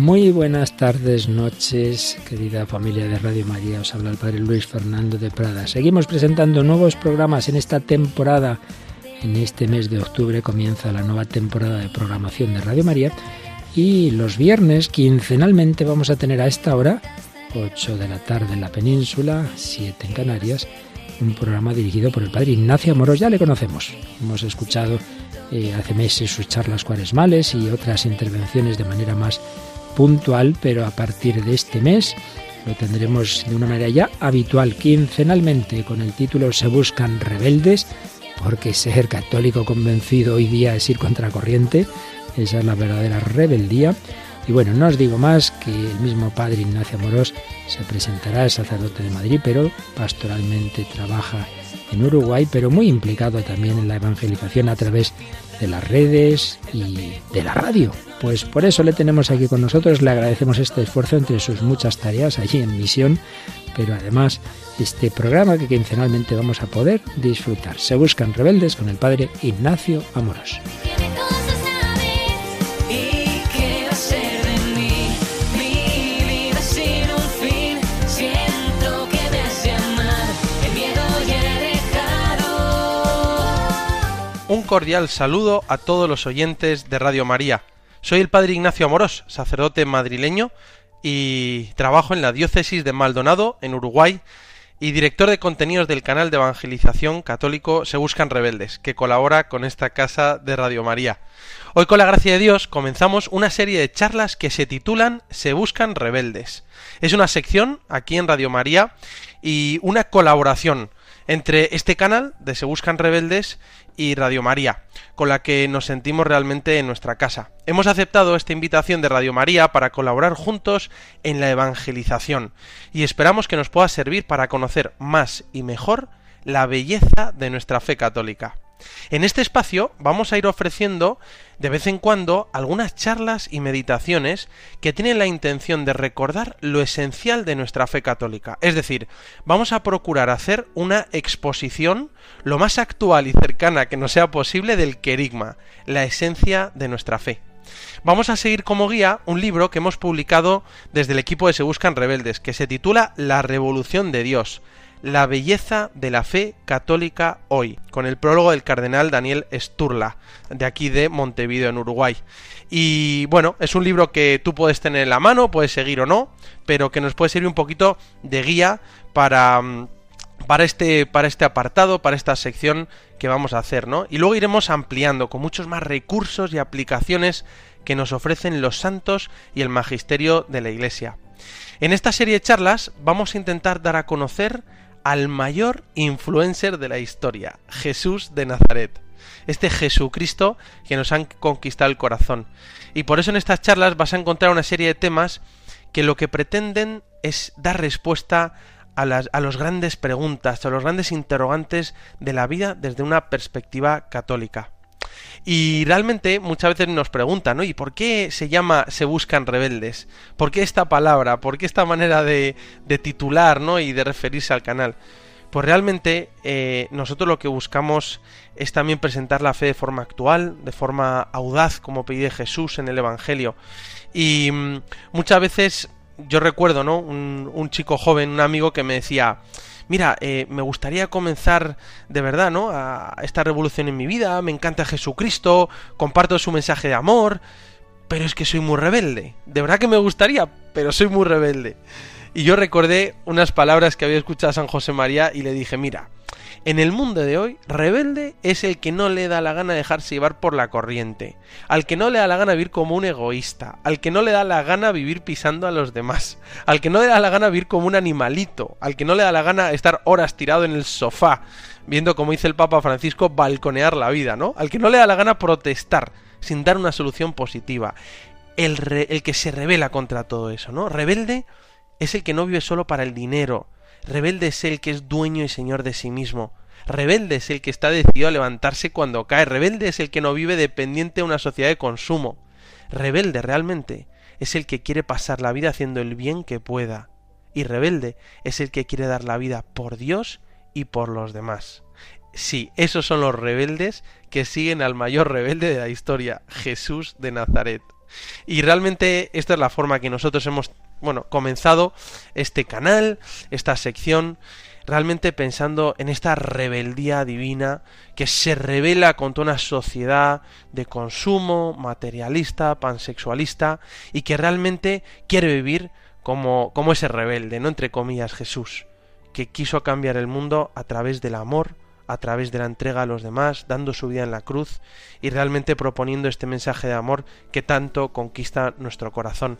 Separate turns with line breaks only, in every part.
Muy buenas tardes, noches, querida familia de Radio María. Os habla el Padre Luis Fernando de Prada. Seguimos presentando nuevos programas en esta temporada. En este mes de octubre comienza la nueva temporada de programación de Radio María. Y los viernes, quincenalmente, vamos a tener a esta hora, 8 de la tarde en la península, 7 en Canarias, un programa dirigido por el Padre Ignacio Amorós. Ya le conocemos. Hemos escuchado hace meses sus charlas cuaresmales y otras intervenciones de manera más puntual, pero a partir de este mes lo tendremos de una manera ya habitual, quincenalmente, con el título Se buscan rebeldes, porque ser católico convencido hoy día es ir contracorriente. Esa es la verdadera rebeldía. Y bueno, no os digo más, que el mismo Padre Ignacio Amorós se presentará, es sacerdote de Madrid, pero pastoralmente trabaja en Uruguay, pero muy implicado también en la evangelización a través de las redes y de la radio. Pues por eso le tenemos aquí con nosotros, le agradecemos este esfuerzo entre sus muchas tareas allí en misión, pero además este programa que quincenalmente vamos a poder disfrutar. Se buscan rebeldes con el Padre Ignacio Amorós.
Un cordial saludo a todos los oyentes de Radio María. Soy el Padre Ignacio Amorós, sacerdote madrileño, y trabajo en la diócesis de Maldonado, en Uruguay, y director de contenidos del canal de evangelización católico Se Buscan Rebeldes, que colabora con esta casa de Radio María. Hoy, con la gracia de Dios, comenzamos una serie de charlas que se titulan Se Buscan Rebeldes. Es una sección aquí en Radio María y una colaboración entre este canal de Se Buscan Rebeldes y Radio María, con la que nos sentimos realmente en nuestra casa. Hemos aceptado esta invitación de Radio María para colaborar juntos en la evangelización y esperamos que nos pueda servir para conocer más y mejor la belleza de nuestra fe católica. En este espacio vamos a ir ofreciendo de vez en cuando algunas charlas y meditaciones que tienen la intención de recordar lo esencial de nuestra fe católica. Es decir, vamos a procurar hacer una exposición lo más actual y cercana que nos sea posible del querigma, la esencia de nuestra fe. Vamos a seguir como guía un libro que hemos publicado desde el equipo de Se Buscan Rebeldes, que se titula La Revolución de Dios, la belleza de la fe católica hoy, con el prólogo del cardenal Daniel Sturla, de aquí de Montevideo, en Uruguay. Y bueno, es un libro que tú puedes tener en la mano, puedes seguir o no, pero que nos puede servir un poquito de guía para este apartado, para esta sección que vamos a hacer, ¿no? Y luego iremos ampliando con muchos más recursos y aplicaciones que nos ofrecen los santos y el magisterio de la Iglesia. En esta serie de charlas vamos a intentar dar a conocer al mayor influencer de la historia, Jesús de Nazaret, este Jesucristo que nos han conquistado el corazón. Y por eso en estas charlas vas a encontrar una serie de temas que lo que pretenden es dar respuesta a las grandes preguntas, a los grandes interrogantes de la vida desde una perspectiva católica. Y realmente muchas veces nos preguntan, ¿no? ¿Y por qué se llama Se Buscan Rebeldes? ¿Por qué esta palabra? ¿Por qué esta manera de titular, ¿no? Y de referirse al canal? Pues realmente nosotros lo que buscamos es también presentar la fe de forma actual, de forma audaz, como pide Jesús en el Evangelio. Y muchas veces yo recuerdo, ¿no? Un chico joven, un amigo que me decía: mira, me gustaría comenzar de verdad, ¿no? A esta revolución en mi vida, me encanta Jesucristo, comparto su mensaje de amor, pero es que soy muy rebelde. De verdad que me gustaría, pero soy muy rebelde. Y yo recordé unas palabras que había escuchado a San José María y le dije: mira, en el mundo de hoy, rebelde es el que no le da la gana dejarse llevar por la corriente, al que no le da la gana vivir como un egoísta, al que no le da la gana vivir pisando a los demás, al que no le da la gana vivir como un animalito, al que no le da la gana estar horas tirado en el sofá, viendo, como dice el Papa Francisco, balconear la vida, ¿no? Al que no le da la gana protestar sin dar una solución positiva, el que se rebela contra todo eso, ¿no? Rebelde es el que no vive solo para el dinero. Rebelde es el que es dueño y señor de sí mismo. Rebelde es el que está decidido a levantarse cuando cae. Rebelde es el que no vive dependiente de una sociedad de consumo. Rebelde realmente es el que quiere pasar la vida haciendo el bien que pueda. Y rebelde es el que quiere dar la vida por Dios y por los demás. Sí, esos son los rebeldes que siguen al mayor rebelde de la historia, Jesús de Nazaret. Y realmente esta es la forma que nosotros hemos, comenzado este canal, esta sección, realmente pensando en esta rebeldía divina que se revela contra una sociedad de consumo, materialista, pansexualista, y que realmente quiere vivir como ese rebelde, ¿no? Entre comillas, Jesús, que quiso cambiar el mundo a través del amor, a través de la entrega a los demás, dando su vida en la cruz y realmente proponiendo este mensaje de amor que tanto conquista nuestro corazón.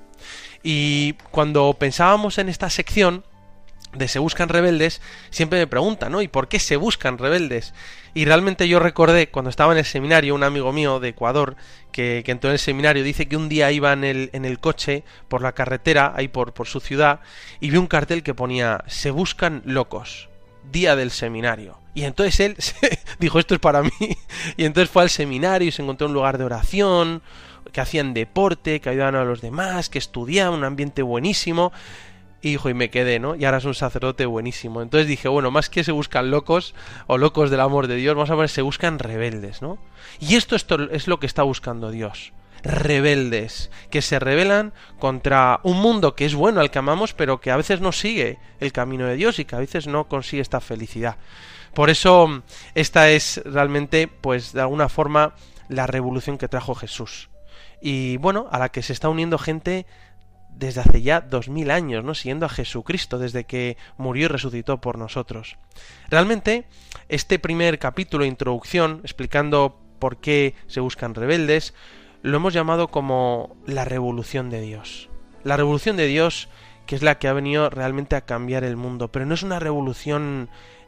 Y cuando pensábamos en esta sección de Se buscan rebeldes, siempre me preguntan, ¿no? ¿Y por qué se buscan rebeldes? Y realmente yo recordé, cuando estaba en el seminario, un amigo mío de Ecuador, que entró en el seminario, dice que un día iba en el coche, por la carretera, ahí por su ciudad, y vio un cartel que ponía, Se buscan locos, día del seminario. Y entonces él dijo, esto es para mí. Y entonces fue al seminario y se encontró un lugar de oración, que hacían deporte, que ayudaban a los demás, que estudiaban, un ambiente buenísimo. Y dijo, y me quedé, ¿no? Y ahora es un sacerdote buenísimo. Entonces dije, bueno, más que se buscan locos o locos del amor de Dios, vamos a ver, se buscan rebeldes, ¿no? Y esto es lo que está buscando Dios. Rebeldes, que se rebelan contra un mundo que es bueno, al que amamos, pero que a veces no sigue el camino de Dios y que a veces no consigue esta felicidad. Por eso, esta es realmente, pues, de alguna forma, la revolución que trajo Jesús. Y, bueno, a la que se está uniendo gente desde hace ya 2000 años, ¿no? Siguiendo a Jesucristo desde que murió y resucitó por nosotros. Realmente, este primer capítulo, introducción, explicando por qué se buscan rebeldes, lo hemos llamado como la revolución de Dios. La revolución de Dios, que es la que ha venido realmente a cambiar el mundo, pero no es una revolución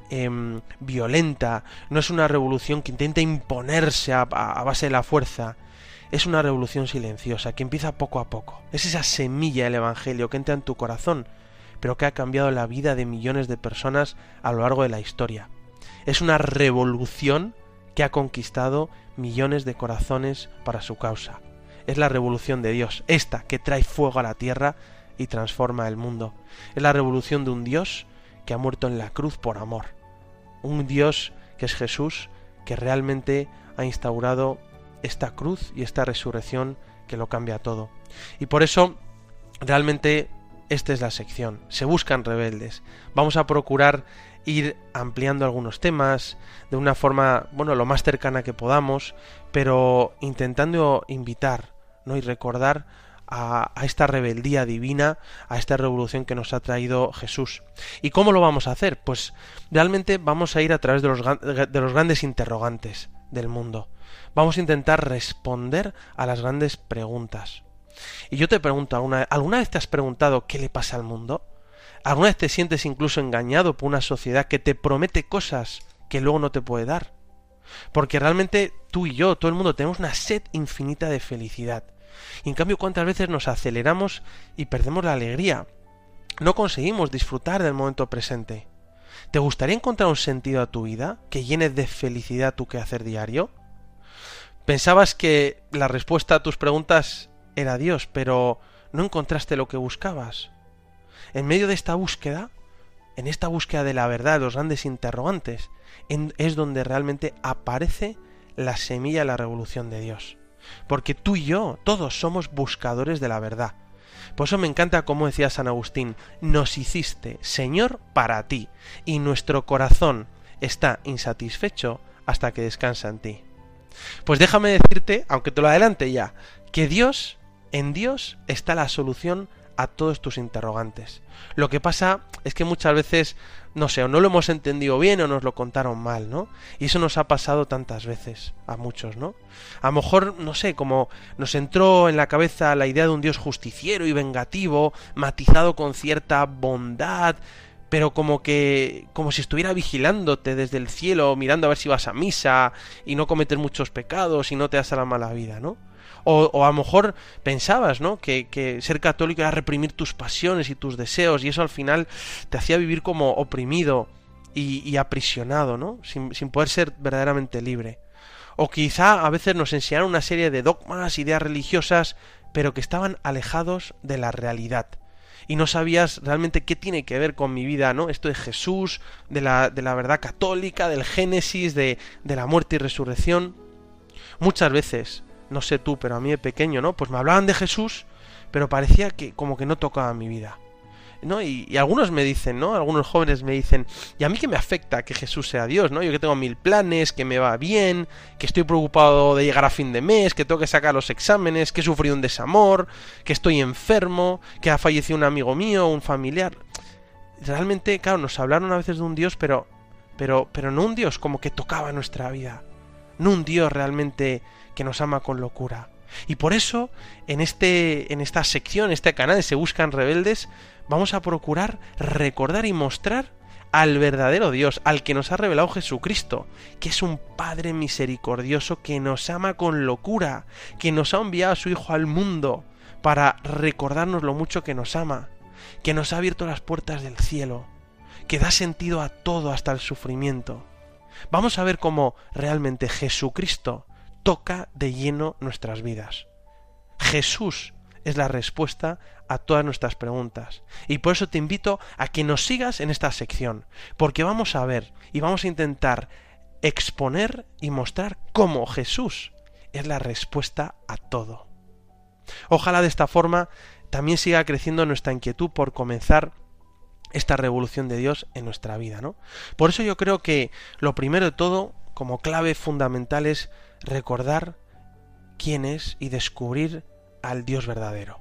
violenta, no es una revolución que intenta imponerse a base de la fuerza. Es una revolución silenciosa, que empieza poco a poco. Es esa semilla del Evangelio que entra en tu corazón, pero que ha cambiado la vida de millones de personas a lo largo de la historia. Es una revolución que ha conquistado millones de corazones para su causa. Es la revolución de Dios, esta que trae fuego a la tierra y transforma el mundo. Es la revolución de un Dios que ha muerto en la cruz por amor. Un Dios que es Jesús, que realmente ha instaurado esta cruz y esta resurrección que lo cambia todo. Y por eso, realmente, esta es la sección. Se buscan rebeldes. Vamos a procurar ir ampliando algunos temas de una forma, lo más cercana que podamos, pero intentando invitar, ¿no? Y recordar a esta rebeldía divina, a esta revolución que nos ha traído Jesús. ¿Y cómo lo vamos a hacer? Pues realmente vamos a ir a través de los grandes interrogantes del mundo. Vamos a intentar responder a las grandes preguntas. Y yo te pregunto, ¿alguna vez te has preguntado qué le pasa al mundo? ¿Alguna vez te sientes incluso engañado por una sociedad que te promete cosas que luego no te puede dar? Porque realmente tú y yo, todo el mundo, tenemos una sed infinita de felicidad. Y en cambio, ¿cuántas veces nos aceleramos y perdemos la alegría? No conseguimos disfrutar del momento presente. ¿Te gustaría encontrar un sentido a tu vida que llene de felicidad tu quehacer diario? Pensabas que la respuesta a tus preguntas era Dios, pero no encontraste lo que buscabas. En medio de esta búsqueda, en esta búsqueda de la verdad, los grandes interrogantes, es donde realmente aparece la semilla de la revolución de Dios. Porque tú y yo, todos somos buscadores de la verdad. Por eso me encanta como decía San Agustín, nos hiciste Señor para ti, y nuestro corazón está insatisfecho hasta que descansa en ti. Pues déjame decirte, aunque te lo adelante ya, que en Dios está la solución a todos tus interrogantes. Lo que pasa es que muchas veces, no sé, o no lo hemos entendido bien o nos lo contaron mal, ¿no? Y eso nos ha pasado tantas veces, a muchos, ¿no? A lo mejor, no sé, como nos entró en la cabeza la idea de un Dios justiciero y vengativo, matizado con cierta bondad, pero como si estuviera vigilándote desde el cielo, mirando a ver si vas a misa y no cometes muchos pecados y no te das a la mala vida, ¿no? O a lo mejor pensabas, ¿no? Que ser católico era reprimir tus pasiones y tus deseos, y eso al final te hacía vivir como oprimido y aprisionado, ¿no? Sin poder ser verdaderamente libre. O quizá a veces nos enseñaron una serie de dogmas, ideas religiosas, pero que estaban alejados de la realidad. Y no sabías realmente qué tiene que ver con mi vida, ¿no? Esto de Jesús, de la verdad católica, del Génesis, de la muerte y resurrección. Muchas veces no sé tú, pero a mí de pequeño, ¿no? Pues me hablaban de Jesús, pero parecía que como que no tocaba mi vida, ¿no? Y algunos me dicen, ¿no? Algunos jóvenes me dicen, ¿y a mí qué me afecta que Jesús sea Dios, ¿no? Yo que tengo 1000 planes, que me va bien, que estoy preocupado de llegar a fin de mes, que tengo que sacar los exámenes, que he sufrido un desamor, que estoy enfermo, que ha fallecido un amigo mío, un familiar. Realmente, claro, nos hablaron a veces de un Dios, pero no un Dios como que tocaba nuestra vida, no un Dios realmente que nos ama con locura. Y por eso, en esta sección, este canal de Se Buscan Rebeldes, vamos a procurar recordar y mostrar al verdadero Dios, al que nos ha revelado Jesucristo, que es un Padre misericordioso que nos ama con locura, que nos ha enviado a su Hijo al mundo para recordarnos lo mucho que nos ama, que nos ha abierto las puertas del cielo, que da sentido a todo hasta el sufrimiento. Vamos a ver cómo realmente Jesucristo toca de lleno nuestras vidas. Jesús es la respuesta a todas nuestras preguntas. Y por eso te invito a que nos sigas en esta sección, porque vamos a ver y vamos a intentar exponer y mostrar cómo Jesús es la respuesta a todo. Ojalá de esta forma también siga creciendo nuestra inquietud por comenzar esta revolución de Dios en nuestra vida, ¿no? Por eso yo creo que lo primero de todo, como clave fundamental, es recordar quién es y descubrir al Dios verdadero.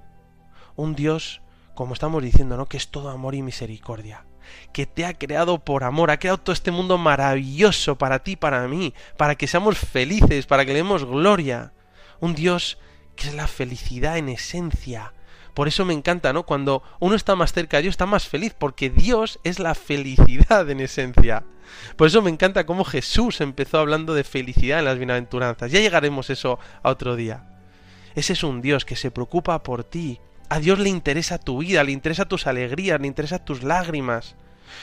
Un Dios, como estamos diciendo, ¿no? Que es todo amor y misericordia, que te ha creado por amor, ha creado todo este mundo maravilloso para ti, para mí, para que seamos felices, para que le demos gloria. Un Dios que es la felicidad en esencia. Por eso me encanta, ¿no? Cuando uno está más cerca de Dios, está más feliz, porque Dios es la felicidad en esencia. Por eso me encanta cómo Jesús empezó hablando de felicidad en las bienaventuranzas. Ya llegaremos eso a otro día. Ese es un Dios que se preocupa por ti. A Dios le interesa tu vida, le interesa tus alegrías, le interesa tus lágrimas.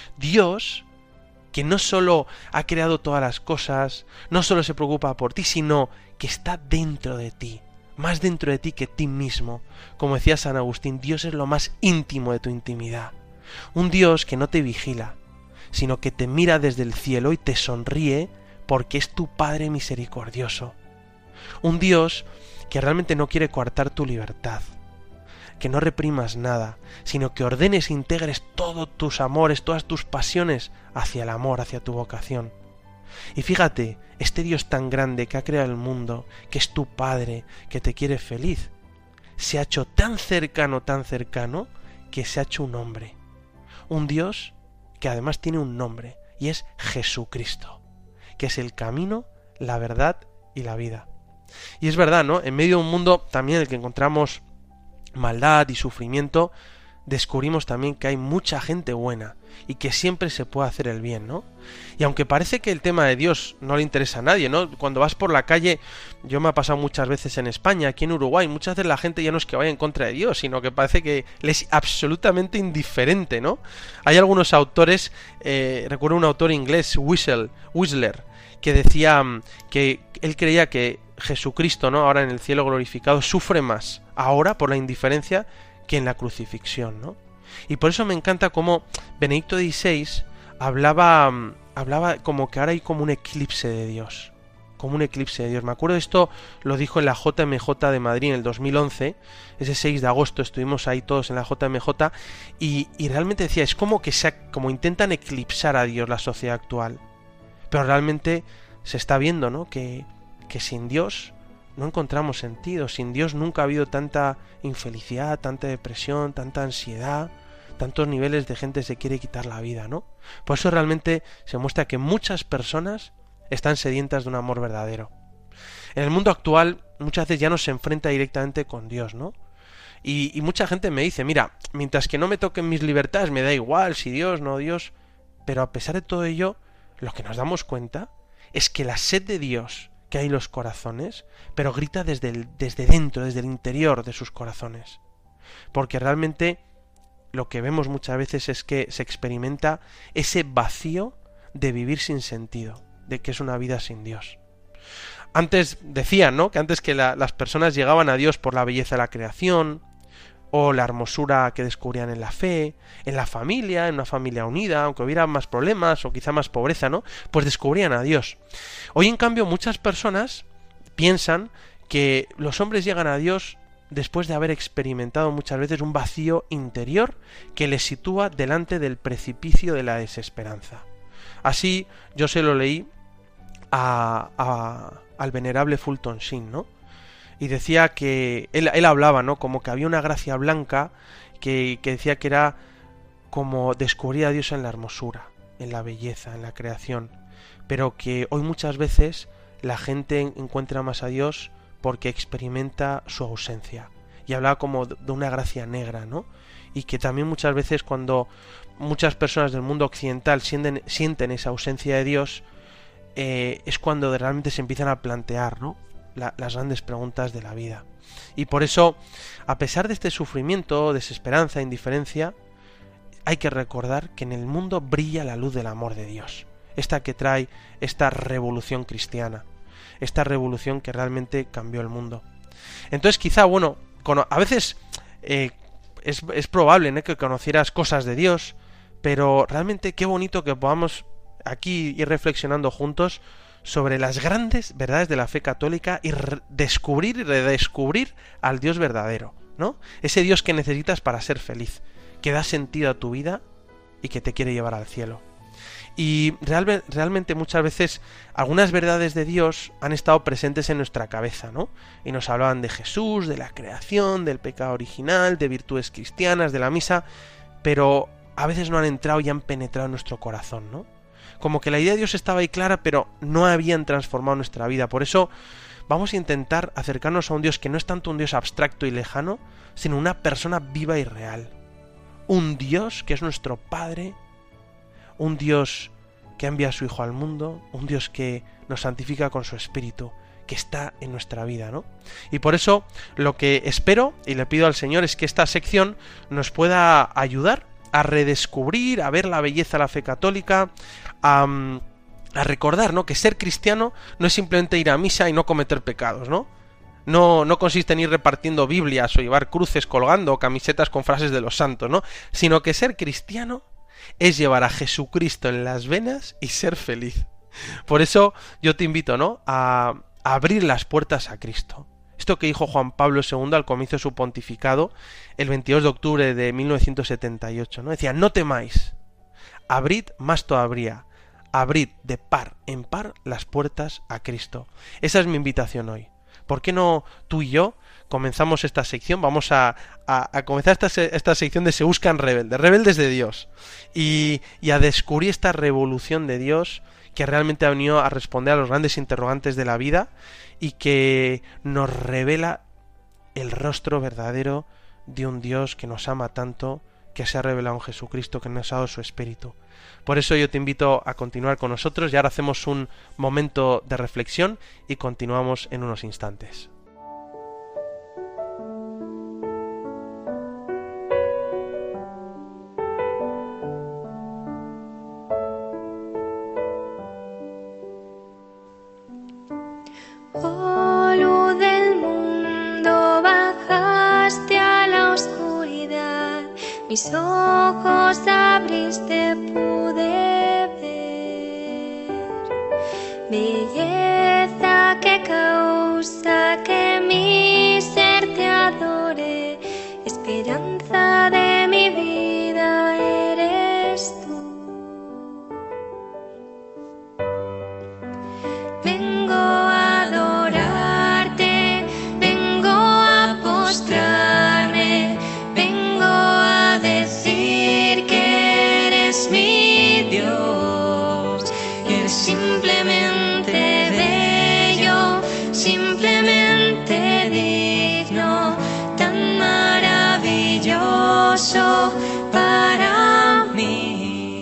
Dios, que no solo ha creado todas las cosas, no solo se preocupa por ti, sino que está dentro de ti. Más dentro de ti que ti mismo. Como decía San Agustín, Dios es lo más íntimo de tu intimidad. Un Dios que no te vigila, sino que te mira desde el cielo y te sonríe porque es tu Padre misericordioso. Un Dios que realmente no quiere coartar tu libertad, que no reprimas nada, sino que ordenes e integres todos tus amores, todas tus pasiones hacia el amor, hacia tu vocación. Y fíjate, este Dios tan grande que ha creado el mundo, que es tu Padre, que te quiere feliz, se ha hecho tan cercano, que se ha hecho un hombre. Un Dios que además tiene un nombre, y es Jesucristo, que es el camino, la verdad y la vida. Y es verdad, ¿no? En medio de un mundo también en el que encontramos maldad y sufrimiento, descubrimos también que hay mucha gente buena y que siempre se puede hacer el bien, ¿no? Y aunque parece que el tema de Dios no le interesa a nadie, ¿no? Cuando vas por la calle, yo me ha pasado muchas veces en España, aquí en Uruguay, muchas veces la gente ya no es que vaya en contra de Dios, sino que parece que le es absolutamente indiferente, ¿no? Hay algunos autores, recuerdo un autor inglés, Whistler, que decía que él creía que Jesucristo, ¿no? Ahora en el cielo glorificado, sufre más ahora por la indiferencia que en la crucifixión, ¿no? Y por eso me encanta cómo Benedicto XVI hablaba como que ahora hay como un eclipse de Dios, como un eclipse de Dios. Me acuerdo de esto, lo dijo en la JMJ de Madrid en el 2011, ese 6 de agosto estuvimos ahí todos en la JMJ y realmente decía, es como que como intentan eclipsar a Dios la sociedad actual, pero realmente se está viendo, ¿no? Que sin Dios no encontramos sentido. Sin Dios nunca ha habido tanta infelicidad, tanta depresión, tanta ansiedad, tantos niveles de gente que se quiere quitar la vida, ¿no? Por eso realmente se muestra que muchas personas están sedientas de un amor verdadero. En el mundo actual muchas veces ya no se enfrenta directamente con Dios, ¿no? Y mucha gente me dice, mira, mientras que no me toquen mis libertades me da igual si Dios, no Dios, pero a pesar de todo ello, lo que nos damos cuenta es que la sed de Dios que hay en los corazones, pero grita desde dentro, desde el interior de sus corazones. Porque realmente lo que vemos muchas veces es que se experimenta ese vacío de vivir sin sentido, de que es una vida sin Dios. Antes decían, ¿no? Que antes que las personas llegaban a Dios por la belleza de la creación, o la hermosura que descubrían en la fe, en la familia, en una familia unida, aunque hubiera más problemas o quizá más pobreza, ¿no? Pues descubrían a Dios. Hoy, en cambio, muchas personas piensan que los hombres llegan a Dios después de haber experimentado muchas veces un vacío interior que les sitúa delante del precipicio de la desesperanza. Así yo se lo leí al venerable Fulton Sheen, ¿no? Y decía que él hablaba, ¿no? Como que había una gracia blanca que decía que era como descubrir a Dios en la hermosura, en la belleza, en la creación, pero que hoy muchas veces la gente encuentra más a Dios porque experimenta su ausencia. Y hablaba como de una gracia negra, ¿no? Y que también muchas veces cuando muchas personas del mundo occidental sienten esa ausencia de Dios, es cuando realmente se empiezan a plantear, ¿no? Las grandes preguntas de la vida. Y por eso, a pesar de este sufrimiento, desesperanza, indiferencia, hay que recordar que en el mundo brilla la luz del amor de Dios. Esta que trae esta revolución cristiana. Esta revolución que realmente cambió el mundo. Entonces quizá, bueno, a veces es probable, ¿no?, que conocieras cosas de Dios, pero realmente qué bonito que podamos aquí ir reflexionando juntos sobre las grandes verdades de la fe católica y descubrir y redescubrir al Dios verdadero, ¿no? Ese Dios que necesitas para ser feliz, que da sentido a tu vida y que te quiere llevar al cielo. Y realmente muchas veces algunas verdades de Dios han estado presentes en nuestra cabeza, ¿no? Y nos hablaban de Jesús, de la creación, del pecado original, de virtudes cristianas, de la misa, pero a veces no han entrado y han penetrado en nuestro corazón, ¿no? Como que la idea de Dios estaba ahí clara, pero no habían transformado nuestra vida. Por eso vamos a intentar acercarnos a un Dios que no es tanto un Dios abstracto y lejano, sino una persona viva y real. Un Dios que es nuestro Padre, un Dios que envía a su Hijo al mundo, un Dios que nos santifica con su Espíritu, que está en nuestra vida, ¿no? Y por eso lo que espero y le pido al Señor es que esta sección nos pueda ayudar a redescubrir, a ver la belleza de la fe católica, a recordar, ¿no?, que ser cristiano no es simplemente ir a misa y no cometer pecados, ¿no? No consiste en ir repartiendo Biblias o llevar cruces colgando o camisetas con frases de los santos, ¿no? Sino que ser cristiano es llevar a Jesucristo en las venas y ser feliz. Por eso yo te invito, ¿no?, a abrir las puertas a Cristo. Esto que dijo Juan Pablo II al comienzo de su pontificado, el 22 de octubre de 1978, ¿no? Decía: no temáis, abrid más todavía, abrid de par en par las puertas a Cristo. Esa es mi invitación hoy. ¿Por qué no tú y yo comenzamos esta sección? Vamos a comenzar esta sección de Se Buscan Rebeldes, rebeldes de Dios, y a descubrir esta revolución de Dios que realmente ha venido a responder a los grandes interrogantes de la vida y que nos revela el rostro verdadero de un Dios que nos ama tanto, que se ha revelado en Jesucristo, que nos ha dado su Espíritu. Por eso yo te invito a continuar con nosotros y ahora hacemos un momento de reflexión y continuamos en unos instantes.
Oh, luz del mundo, bajaste a la oscuridad, mis ojos abriste, pude ver belleza que causa que mi ser te adore, esperanza de mi vida eres tú. Vengo a adorarte, vengo a postrarme, vengo a decir que eres mi Dios, que eres simplemente bello, simplemente digno, tan maravilloso para mí.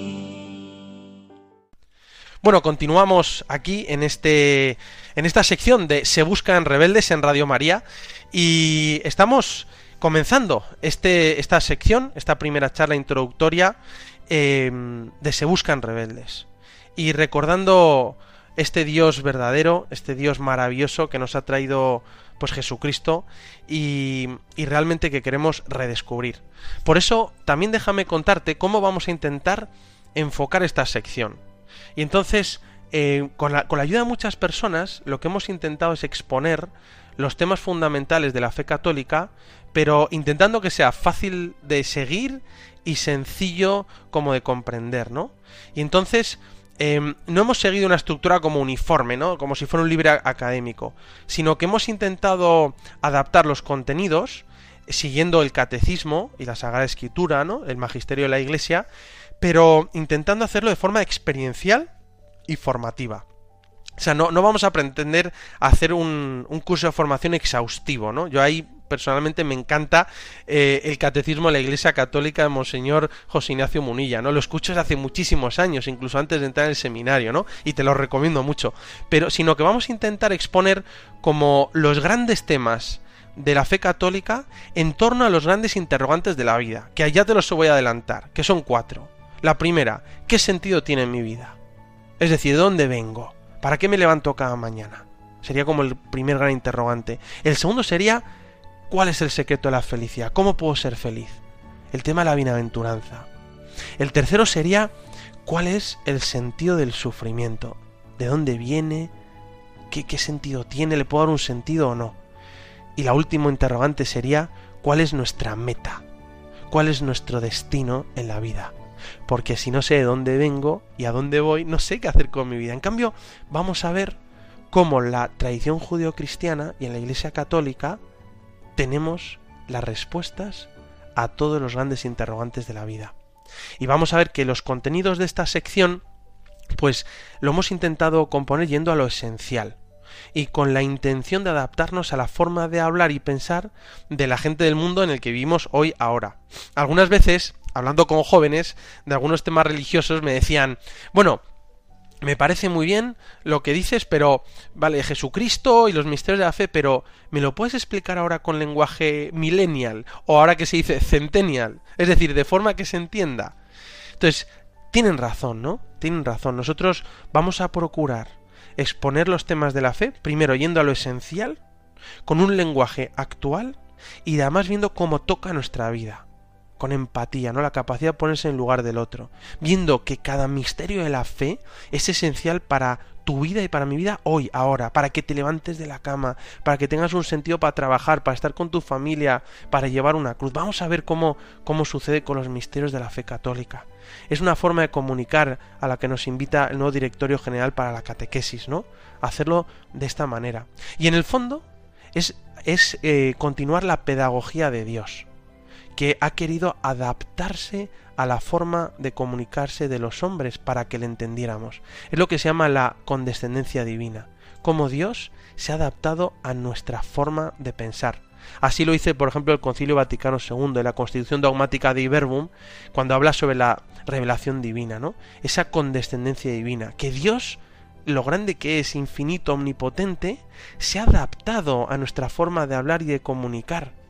Bueno, continuamos aquí en esta sección de Se Buscan Rebeldes en Radio María y estamos comenzando esta sección, esta primera charla introductoria de Se Buscan Rebeldes y recordando este Dios verdadero, este Dios maravilloso que nos ha traído pues Jesucristo y realmente que queremos redescubrir. Por eso también déjame contarte cómo vamos a intentar enfocar esta sección. Y entonces, con la ayuda de muchas personas, lo que hemos intentado es exponer los temas fundamentales de la fe católica, pero intentando que sea fácil de seguir y sencillo como de comprender, ¿no? Y entonces no hemos seguido una estructura como uniforme, ¿no? Como si fuera un libro académico, sino que hemos intentado adaptar los contenidos siguiendo el catecismo y la Sagrada Escritura, ¿no? El magisterio de la Iglesia, pero intentando hacerlo de forma experiencial y formativa. O sea, no vamos a pretender hacer un curso de formación exhaustivo, ¿no? Yo ahí personalmente me encanta el catecismo de la Iglesia Católica de Monseñor José Ignacio Munilla, ¿no? Lo escucho desde hace muchísimos años, incluso antes de entrar en el seminario, ¿no? Y te lo recomiendo mucho. Pero sino que vamos a intentar exponer como los grandes temas de la fe católica en torno a los grandes interrogantes de la vida, que allá te los voy a adelantar, que son 4. La primera, ¿qué sentido tiene mi vida? Es decir, ¿de dónde vengo? ¿Para qué me levanto cada mañana? Sería como el primer gran interrogante. El segundo sería, ¿cuál es el secreto de la felicidad? ¿Cómo puedo ser feliz? El tema de la bienaventuranza. El tercero sería, ¿cuál es el sentido del sufrimiento? ¿De dónde viene? ¿Qué sentido tiene? ¿Le puedo dar un sentido o no? Y la última interrogante sería, ¿cuál es nuestra meta? ¿Cuál es nuestro destino en la vida? Porque si no sé de dónde vengo y a dónde voy, no sé qué hacer con mi vida. En cambio, vamos a ver cómo la tradición judeocristiana y en la Iglesia Católica tenemos las respuestas a todos los grandes interrogantes de la vida. Y vamos a ver que los contenidos de esta sección, pues lo hemos intentado componer yendo a lo esencial y con la intención de adaptarnos a la forma de hablar y pensar de la gente del mundo en el que vivimos hoy, ahora. Algunas veces, hablando con jóvenes de algunos temas religiosos, me decían, bueno, me parece muy bien lo que dices, pero vale, Jesucristo y los misterios de la fe, pero ¿me lo puedes explicar ahora con lenguaje millennial o ahora que se dice centennial? Es decir, de forma que se entienda. Entonces, tienen razón, ¿no? Tienen razón. Nosotros vamos a procurar exponer los temas de la fe, primero yendo a lo esencial, con un lenguaje actual y además viendo cómo toca nuestra vida. Con empatía, ¿no? La capacidad de ponerse en lugar del otro, viendo que cada misterio de la fe es esencial para tu vida y para mi vida hoy, ahora, para que te levantes de la cama, para que tengas un sentido para trabajar, para estar con tu familia, para llevar una cruz. Vamos a ver cómo sucede con los misterios de la fe católica. Es una forma de comunicar a la que nos invita el nuevo Directorio General para la Catequesis, ¿no? Hacerlo de esta manera. Y en el fondo es continuar la pedagogía de Dios, que ha querido adaptarse a la forma de comunicarse de los hombres para que le entendiéramos. Es lo que se llama la condescendencia divina, cómo Dios se ha adaptado a nuestra forma de pensar. Así lo dice, por ejemplo, el Concilio Vaticano II, en la Constitución Dogmática Dei Verbum, cuando habla sobre la revelación divina, ¿no? Esa condescendencia divina, que Dios, lo grande que es, infinito, omnipotente, se ha adaptado a nuestra forma de hablar y de comunicar.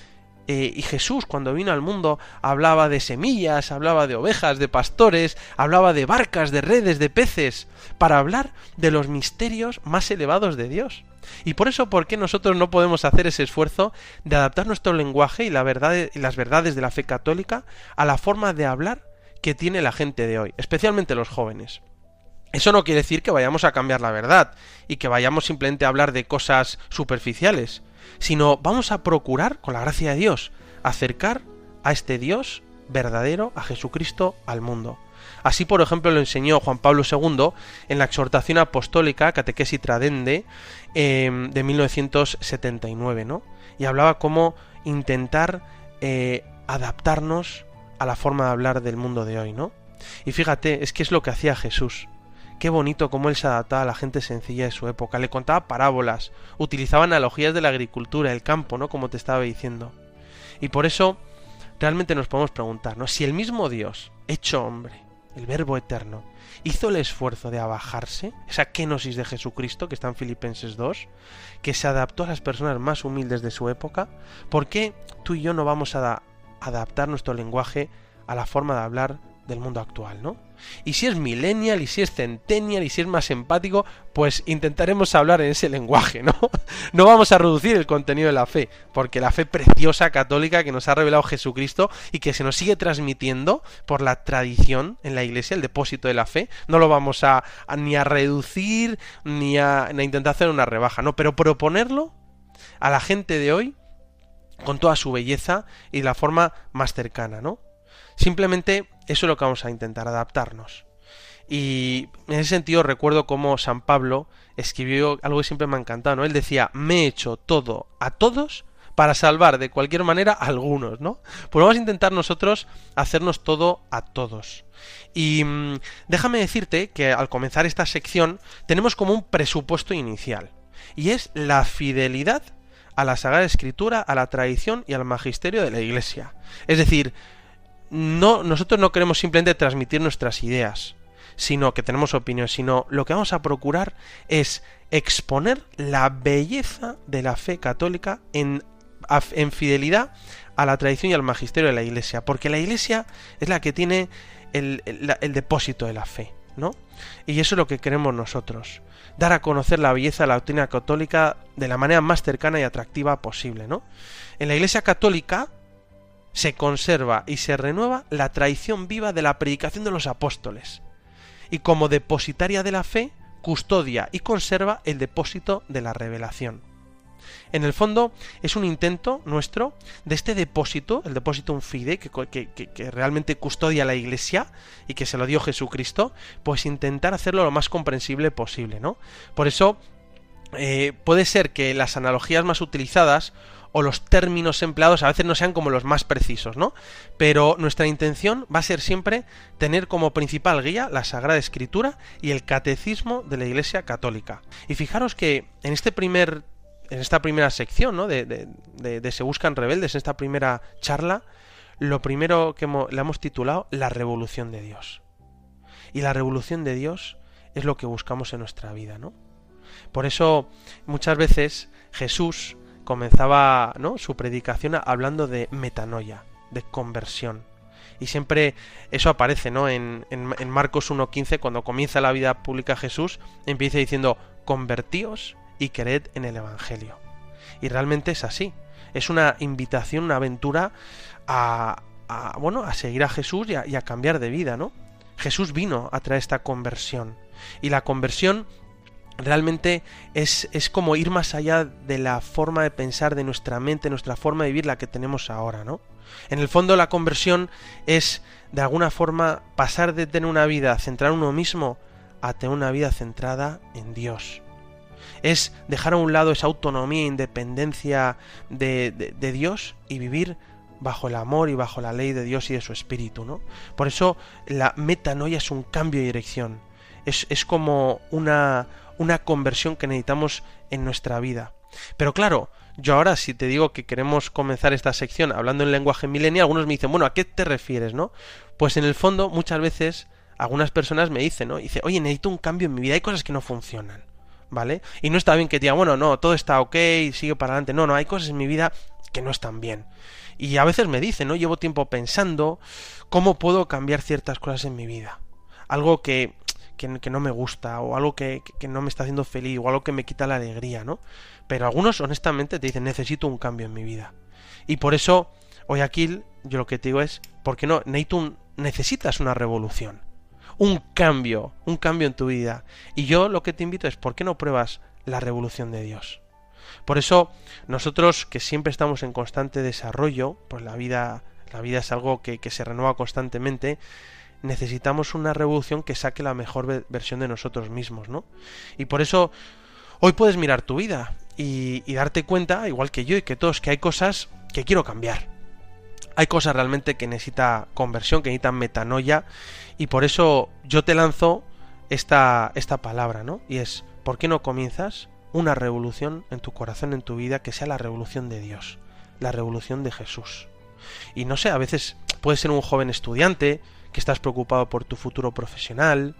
Y Jesús, cuando vino al mundo, hablaba de semillas, hablaba de ovejas, de pastores, hablaba de barcas, de redes, de peces, para hablar de los misterios más elevados de Dios. Y por eso, ¿por qué nosotros no podemos hacer ese esfuerzo de adaptar nuestro lenguaje y las verdades de la fe católica a la forma de hablar que tiene la gente de hoy, especialmente los jóvenes? Eso no quiere decir que vayamos a cambiar la verdad y que vayamos simplemente a hablar de cosas superficiales, sino vamos a procurar, con la gracia de Dios, acercar a este Dios verdadero, a Jesucristo, al mundo. Así, por ejemplo, lo enseñó Juan Pablo II en la exhortación apostólica Catequesi Tradendae de 1979, ¿no? Y hablaba cómo intentar adaptarnos a la forma de hablar del mundo de hoy, ¿no? Y fíjate, es que es lo que hacía Jesús. Qué bonito cómo él se adaptaba a la gente sencilla de su época. Le contaba parábolas, utilizaba analogías de la agricultura, el campo, ¿no? Como te estaba diciendo. Y por eso realmente nos podemos preguntar, ¿no? Si el mismo Dios, hecho hombre, el Verbo eterno, hizo el esfuerzo de abajarse, esa kenosis de Jesucristo que está en Filipenses 2, que se adaptó a las personas más humildes de su época, ¿por qué tú y yo no vamos a adaptar nuestro lenguaje a la forma de hablar del mundo actual, ¿no? Y si es millennial, y si es centennial, y si es más empático, pues intentaremos hablar en ese lenguaje, ¿no? No vamos a reducir el contenido de la fe, porque la fe preciosa católica que nos ha revelado Jesucristo y que se nos sigue transmitiendo por la tradición en la Iglesia, el depósito de la fe, no lo vamos ni a reducir, ni a intentar hacer una rebaja, ¿no? Pero proponerlo a la gente de hoy con toda su belleza y de la forma más cercana, ¿no? Simplemente eso es lo que vamos a intentar, adaptarnos. Y en ese sentido recuerdo cómo San Pablo escribió algo que siempre me ha encantado, ¿no? Él decía, me he hecho todo a todos para salvar de cualquier manera a algunos, ¿no? Pues vamos a intentar nosotros hacernos todo a todos. Y déjame decirte que al comenzar esta sección tenemos como un presupuesto inicial, y es la fidelidad a la Sagrada Escritura, a la tradición y al magisterio de la Iglesia. Es decir, nosotros no queremos simplemente transmitir nuestras ideas, sino que tenemos opinión, sino lo que vamos a procurar es exponer la belleza de la fe católica en fidelidad a la tradición y al magisterio de la Iglesia, porque la Iglesia es la que tiene el depósito de la fe, ¿no? Y eso es lo que queremos nosotros, dar a conocer la belleza de la doctrina católica de la manera más cercana y atractiva posible, ¿no? En la Iglesia católica se conserva y se renueva la tradición viva de la predicación de los apóstoles, y como depositaria de la fe, custodia y conserva el depósito de la revelación. En el fondo, es un intento nuestro de este depósito, el Depositum Fidei, que realmente custodia la Iglesia y que se lo dio Jesucristo, pues intentar hacerlo lo más comprensible posible, ¿no? Por eso, puede ser que las analogías más utilizadas o los términos empleados a veces no sean como los más precisos, ¿no? Pero nuestra intención va a ser siempre tener como principal guía la Sagrada Escritura y el Catecismo de la Iglesia Católica. Y fijaros que en esta primera sección, ¿no? de Se Buscan Rebeldes, en esta primera charla, lo primero que la hemos titulado La Revolución de Dios. Y la revolución de Dios es lo que buscamos en nuestra vida, ¿no? Por eso muchas veces Jesús comenzaba, ¿no?, su predicación hablando de metanoia, de conversión. Y siempre eso aparece, ¿no?, en Marcos 1.15, cuando comienza la vida pública Jesús, empieza diciendo, convertíos y creed en el Evangelio. Y realmente es así. Es una invitación, una aventura a seguir a Jesús y a cambiar de vida, ¿no? Jesús vino a traer esta conversión. Y la conversión realmente es como ir más allá de la forma de pensar de nuestra mente, nuestra forma de vivir, la que tenemos ahora, ¿no? En el fondo la conversión es, de alguna forma, pasar de tener una vida centrada en uno mismo a tener una vida centrada en Dios. Es dejar a un lado esa autonomía e independencia de Dios y vivir bajo el amor y bajo la ley de Dios y de su Espíritu, ¿no? Por eso la metanoia es un cambio de dirección. Es como una conversión que necesitamos en nuestra vida. Pero claro, yo ahora si te digo que queremos comenzar esta sección hablando en lenguaje millennial, algunos me dicen, bueno, ¿a qué te refieres, no? Pues en el fondo, muchas veces, algunas personas me dicen, ¿no? Dice, oye, necesito un cambio en mi vida, hay cosas que no funcionan, ¿vale? Y no está bien que te diga, bueno, no, todo está ok, sigue para adelante. No, hay cosas en mi vida que no están bien. Y a veces me dicen, ¿no? Llevo tiempo pensando cómo puedo cambiar ciertas cosas en mi vida. Algo que no me gusta, o algo que no me está haciendo feliz, o algo que me quita la alegría, ¿no? Pero algunos honestamente te dicen, necesito un cambio en mi vida. Y por eso, hoy aquí, yo lo que te digo es, ¿por qué no? Necesitas una revolución, un cambio en tu vida. Y yo lo que te invito es, ¿por qué no pruebas la revolución de Dios? Por eso, nosotros que siempre estamos en constante desarrollo, pues la vida es algo que se renueva constantemente, necesitamos una revolución que saque la mejor versión de nosotros mismos, ¿no? Y por eso hoy puedes mirar tu vida y darte cuenta, igual que yo y que todos, que hay cosas que quiero cambiar. Hay cosas realmente que necesitan conversión, que necesitan metanoia, y por eso yo te lanzo esta palabra, ¿no? Y es, ¿por qué no comienzas una revolución en tu corazón, en tu vida, que sea la revolución de Dios, la revolución de Jesús? Y no sé, a veces puedes ser un joven estudiante que estás preocupado por tu futuro profesional,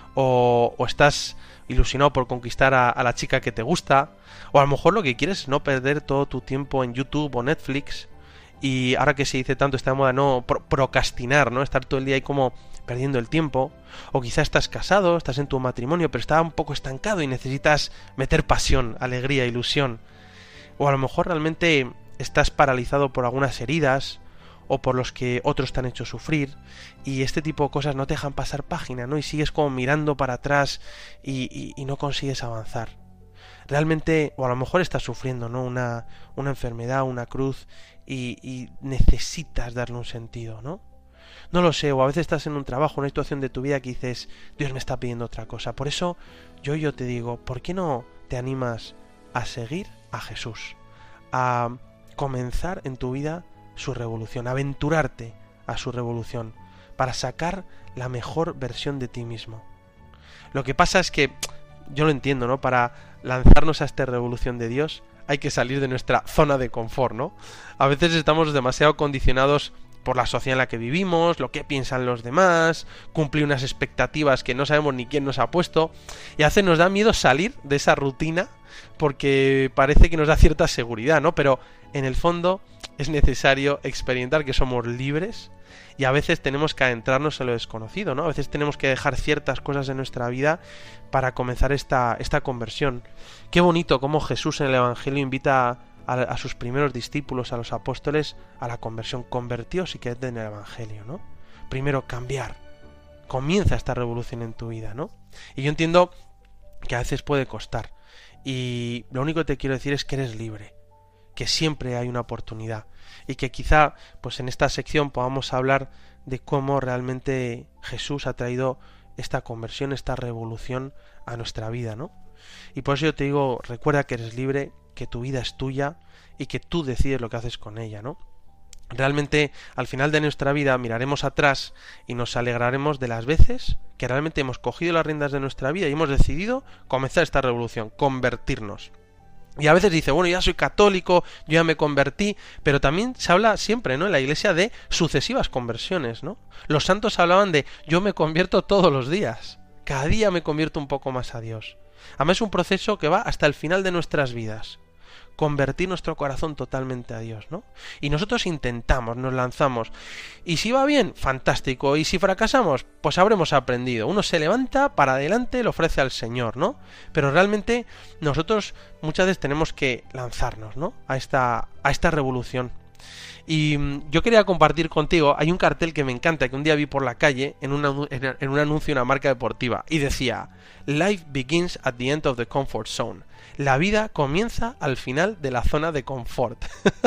o estás ilusionado por conquistar a la chica que te gusta, o a lo mejor lo que quieres es no perder todo tu tiempo en YouTube o Netflix, y ahora que se dice tanto, está de moda, no procrastinar, ¿no? Estar todo el día ahí como perdiendo el tiempo. O quizás estás casado, estás en tu matrimonio, pero está un poco estancado y necesitas meter pasión, alegría, ilusión. O a lo mejor realmente estás paralizado por algunas heridas, o por los que otros te han hecho sufrir, y este tipo de cosas no te dejan pasar página, ¿no? Y sigues como mirando para atrás y no consigues avanzar. realmente, o a lo mejor estás sufriendo, ¿no? Una enfermedad, una cruz, y necesitas darle un sentido, ¿no? No lo sé, o a veces estás en un trabajo, una situación de tu vida que dices, Dios me está pidiendo otra cosa. Por eso yo te digo, ¿por qué no te animas a seguir a Jesús? A comenzar en tu vida su revolución, a aventurarte a su revolución, para sacar la mejor versión de ti mismo. Lo que pasa es que, yo lo entiendo, ¿no? Para lanzarnos a esta revolución de Dios hay que salir de nuestra zona de confort, ¿no? A veces estamos demasiado condicionados por la sociedad en la que vivimos, lo que piensan los demás, cumplir unas expectativas que no sabemos ni quién nos ha puesto, y a veces nos da miedo salir de esa rutina porque parece que nos da cierta seguridad, ¿no? Pero en el fondo es necesario experimentar que somos libres y a veces tenemos que adentrarnos en lo desconocido, ¿no? A veces tenemos que dejar ciertas cosas en nuestra vida para comenzar esta conversión. Qué bonito cómo Jesús en el Evangelio invita a sus primeros discípulos, a los apóstoles, a la conversión. Convertíos y creed en el Evangelio, ¿no? Primero, cambiar. Comienza esta revolución en tu vida, ¿no? Y yo entiendo que a veces puede costar. Y lo único que te quiero decir es que eres libre, que siempre hay una oportunidad. Y que quizá, pues en esta sección podamos hablar de cómo realmente Jesús ha traído esta conversión, esta revolución a nuestra vida, ¿no? Y por eso yo te digo, recuerda que eres libre, que tu vida es tuya y que tú decides lo que haces con ella, ¿no? Realmente al final de nuestra vida miraremos atrás y nos alegraremos de las veces que realmente hemos cogido las riendas de nuestra vida y hemos decidido comenzar esta revolución, convertirnos. Y a veces dice, bueno, ya soy católico, yo ya me convertí, pero también se habla siempre, ¿no?, en la Iglesia de sucesivas conversiones, ¿no? Los santos hablaban de yo me convierto todos los días, cada día me convierto un poco más a Dios. Además es un proceso que va hasta el final de nuestras vidas. Convertir nuestro corazón totalmente a Dios, ¿no? Y nosotros intentamos, nos lanzamos. Y si va bien, fantástico. Y si fracasamos, pues habremos aprendido. Uno se levanta, para adelante, lo ofrece al Señor, ¿no? Pero realmente nosotros muchas veces tenemos que lanzarnos, ¿no?, a esta revolución. Y yo quería compartir contigo, hay un cartel que me encanta, que un día vi por la calle en un anuncio de una marca deportiva, y decía, Life begins at the end of the comfort zone. La vida comienza al final de la zona de confort.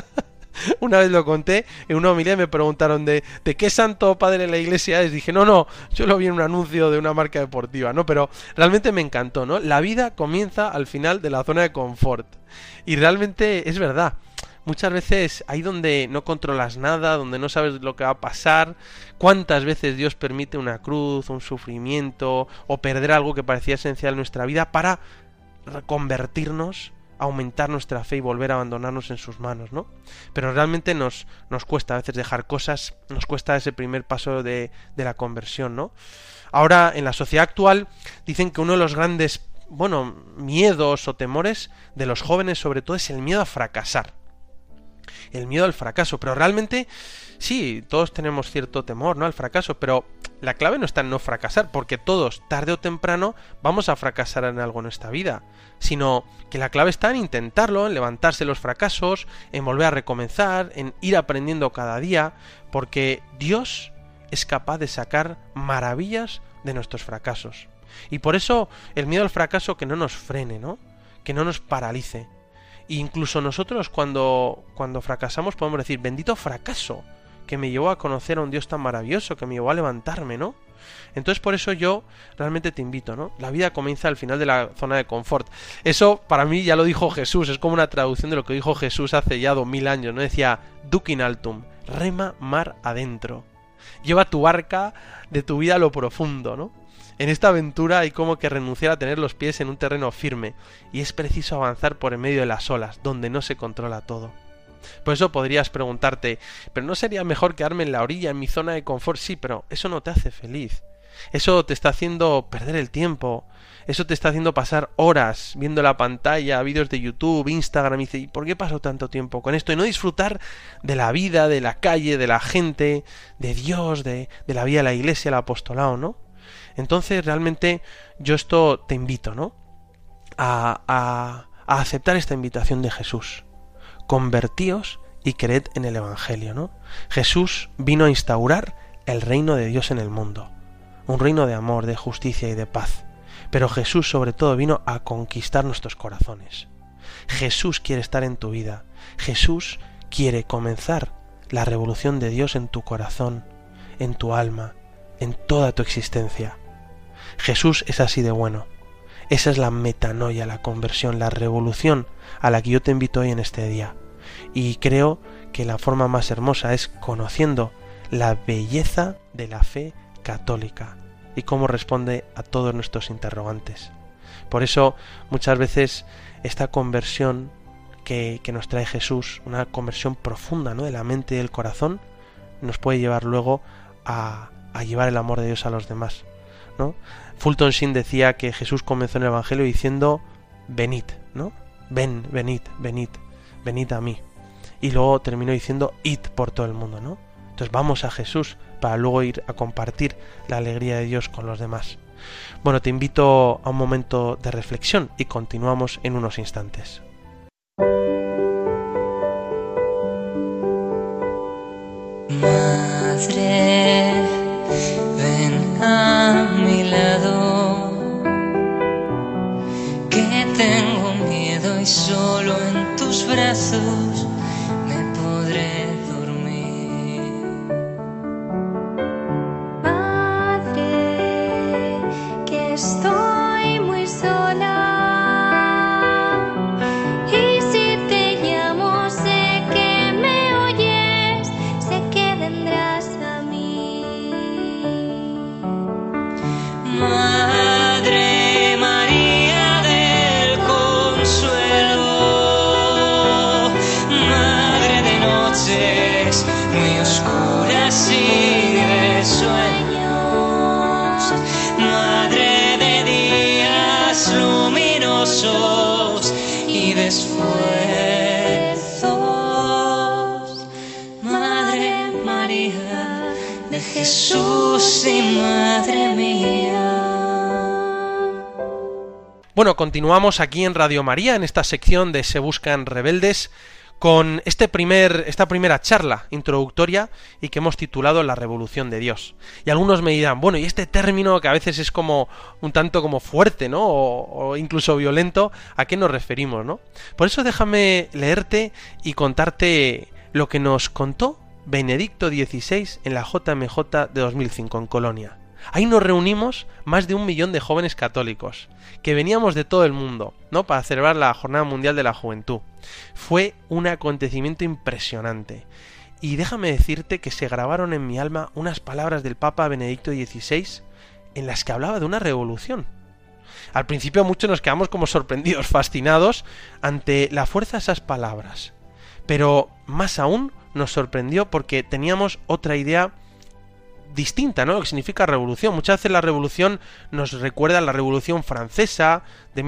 Una vez lo conté en una homilía y me preguntaron de qué santo padre de la iglesia es. Dije, no, yo lo vi en un anuncio de una marca deportiva, ¿no? Pero realmente me encantó, ¿no? La vida comienza al final de la zona de confort. Y realmente es verdad. Muchas veces ahí donde no controlas nada, donde no sabes lo que va a pasar, cuántas veces Dios permite una cruz, un sufrimiento o perder algo que parecía esencial en nuestra vida para reconvertirnos, aumentar nuestra fe y volver a abandonarnos en sus manos, ¿no? Pero realmente nos cuesta a veces dejar cosas, nos cuesta ese primer paso de la conversión, ¿no? Ahora, en la sociedad actual, dicen que uno de los grandes, miedos o temores de los jóvenes sobre todo es el miedo a fracasar. El miedo al fracaso, pero realmente sí, todos tenemos cierto temor, ¿no?, al fracaso, pero la clave no está en no fracasar, porque todos, tarde o temprano, vamos a fracasar en algo en nuestra vida, sino que la clave está en intentarlo, en levantarse los fracasos, en volver a recomenzar, en ir aprendiendo cada día, porque Dios es capaz de sacar maravillas de nuestros fracasos. Y por eso el miedo al fracaso que no nos frene, ¿no?, que no nos paralice. E incluso nosotros cuando fracasamos podemos decir, bendito fracaso, que me llevó a conocer a un Dios tan maravilloso, que me llevó a levantarme, ¿no? Entonces por eso yo realmente te invito, ¿no? La vida comienza al final de la zona de confort. Eso para mí ya lo dijo Jesús, es como una traducción de lo que dijo Jesús hace ya 2000 años, ¿no? Decía, duc in altum, rema mar adentro. Lleva tu barca de tu vida a lo profundo, ¿no? En esta aventura hay como que renunciar a tener los pies en un terreno firme, y es preciso avanzar por en medio de las olas, donde no se controla todo. Por eso podrías preguntarte, ¿pero no sería mejor quedarme en la orilla, en mi zona de confort? Sí, pero eso no te hace feliz. Eso te está haciendo perder el tiempo. Eso te está haciendo pasar horas viendo la pantalla, vídeos de YouTube, Instagram, y dices, ¿y por qué paso tanto tiempo con esto? Y no disfrutar de la vida, de la calle, de la gente, de Dios, de la vida de la iglesia, el apostolado, ¿no? Entonces realmente yo esto te invito, ¿no?, a aceptar esta invitación de Jesús. Convertíos y creed en el Evangelio, ¿no? Jesús vino a instaurar el reino de Dios en el mundo. Un reino de amor, de justicia y de paz. Pero Jesús sobre todo vino a conquistar nuestros corazones. Jesús quiere estar en tu vida. Jesús quiere comenzar la revolución de Dios en tu corazón, en tu alma, en toda tu existencia. Jesús es así de bueno. Esa es la metanoia, la conversión, la revolución a la que yo te invito hoy en este día. Y creo que la forma más hermosa es conociendo la belleza de la fe católica y cómo responde a todos nuestros interrogantes. Por eso muchas veces esta conversión que nos trae Jesús, una conversión profunda, ¿no?, de la mente y del corazón, nos puede llevar luego a llevar el amor de Dios a los demás, ¿no? Fulton Sheen decía que Jesús comenzó en el Evangelio diciendo venid, ¿no? Venid a mí. Y luego terminó diciendo id por todo el mundo, ¿no? Entonces vamos a Jesús para luego ir a compartir la alegría de Dios con los demás. Bueno, te invito a un momento de reflexión y continuamos en unos instantes.
Madre, ven a mi lado, que tengo miedo y solo en tus brazos me podré dormir. Madre, que estoy muy sola, y si te llamo sé que me oyes, sé que vendrás a mí. Madre María del Consuelo, Madre de noches muy oscuras y de sueños, Madre de días luminosos y de esfuerzos, Madre María de Jesús y Madre mía.
Bueno, continuamos aquí en Radio María, en esta sección de Se Buscan Rebeldes, con esta primera charla introductoria y que hemos titulado La Revolución de Dios. Y algunos me dirán, bueno, y este término que a veces es como un tanto como fuerte, ¿no? O incluso violento, ¿a qué nos referimos, no? Por eso déjame leerte y contarte lo que nos contó Benedicto XVI en la JMJ de 2005 en Colonia. Ahí nos reunimos más de 1 millón de jóvenes católicos, que veníamos de todo el mundo, ¿no?, para celebrar la Jornada Mundial de la Juventud. Fue un acontecimiento impresionante. Y déjame decirte que se grabaron en mi alma unas palabras del Papa Benedicto XVI en las que hablaba de una revolución. Al principio muchos nos quedamos como sorprendidos, fascinados ante la fuerza de esas palabras. Pero más aún nos sorprendió porque teníamos otra idea distinta, ¿no?, lo que significa revolución. Muchas veces la revolución nos recuerda a la Revolución Francesa de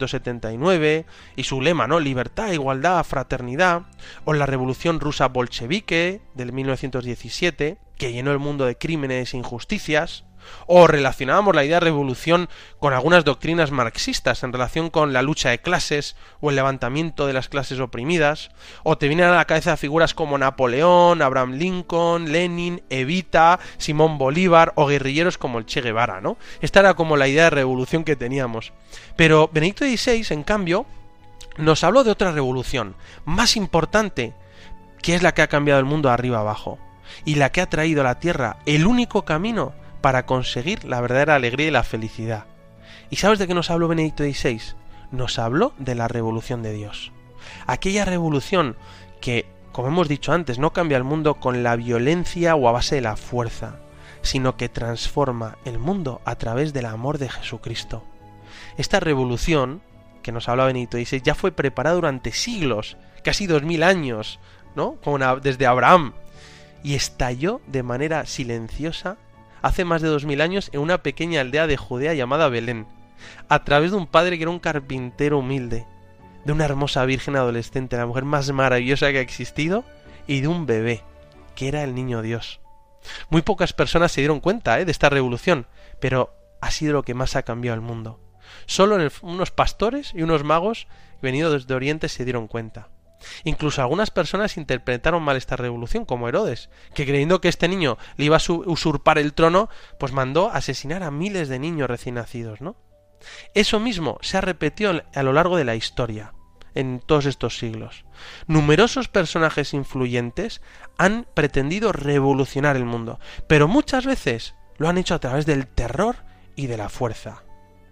1879 y su lema, ¿no?, libertad, igualdad, fraternidad, o la Revolución Rusa bolchevique del 1917, que llenó el mundo de crímenes e injusticias, o relacionábamos la idea de revolución con algunas doctrinas marxistas en relación con la lucha de clases o el levantamiento de las clases oprimidas, o te vienen a la cabeza figuras como Napoleón, Abraham Lincoln, Lenin, Evita, Simón Bolívar o guerrilleros como el Che Guevara, ¿no? Esta era como la idea de revolución que teníamos. Pero Benedicto XVI, en cambio, nos habló de otra revolución más importante, que es la que ha cambiado el mundo de arriba abajo y la que ha traído a la tierra el único camino para conseguir la verdadera alegría y la felicidad. ¿Y sabes de qué nos habló Benedicto XVI? Nos habló de la revolución de Dios. Aquella revolución que, como hemos dicho antes, no cambia el mundo con la violencia o a base de la fuerza, sino que transforma el mundo a través del amor de Jesucristo. Esta revolución, que nos habla Benedicto XVI, ya fue preparada durante siglos, casi 2000 años, ¿no?, desde Abraham, y estalló de manera silenciosa hace más de 2000 años en una pequeña aldea de Judea llamada Belén, a través de un padre que era un carpintero humilde, de una hermosa virgen adolescente, la mujer más maravillosa que ha existido, y de un bebé, que era el niño Dios. Muy pocas personas se dieron cuenta de esta revolución, pero ha sido lo que más ha cambiado el mundo. Solo unos pastores y unos magos venidos desde Oriente se dieron cuenta. Incluso algunas personas interpretaron mal esta revolución, como Herodes, que creyendo que este niño le iba a usurpar el trono, pues mandó asesinar a miles de niños recién nacidos, ¿no? Eso mismo se ha repetido a lo largo de la historia, en todos estos siglos. Numerosos personajes influyentes han pretendido revolucionar el mundo, pero muchas veces lo han hecho a través del terror y de la fuerza.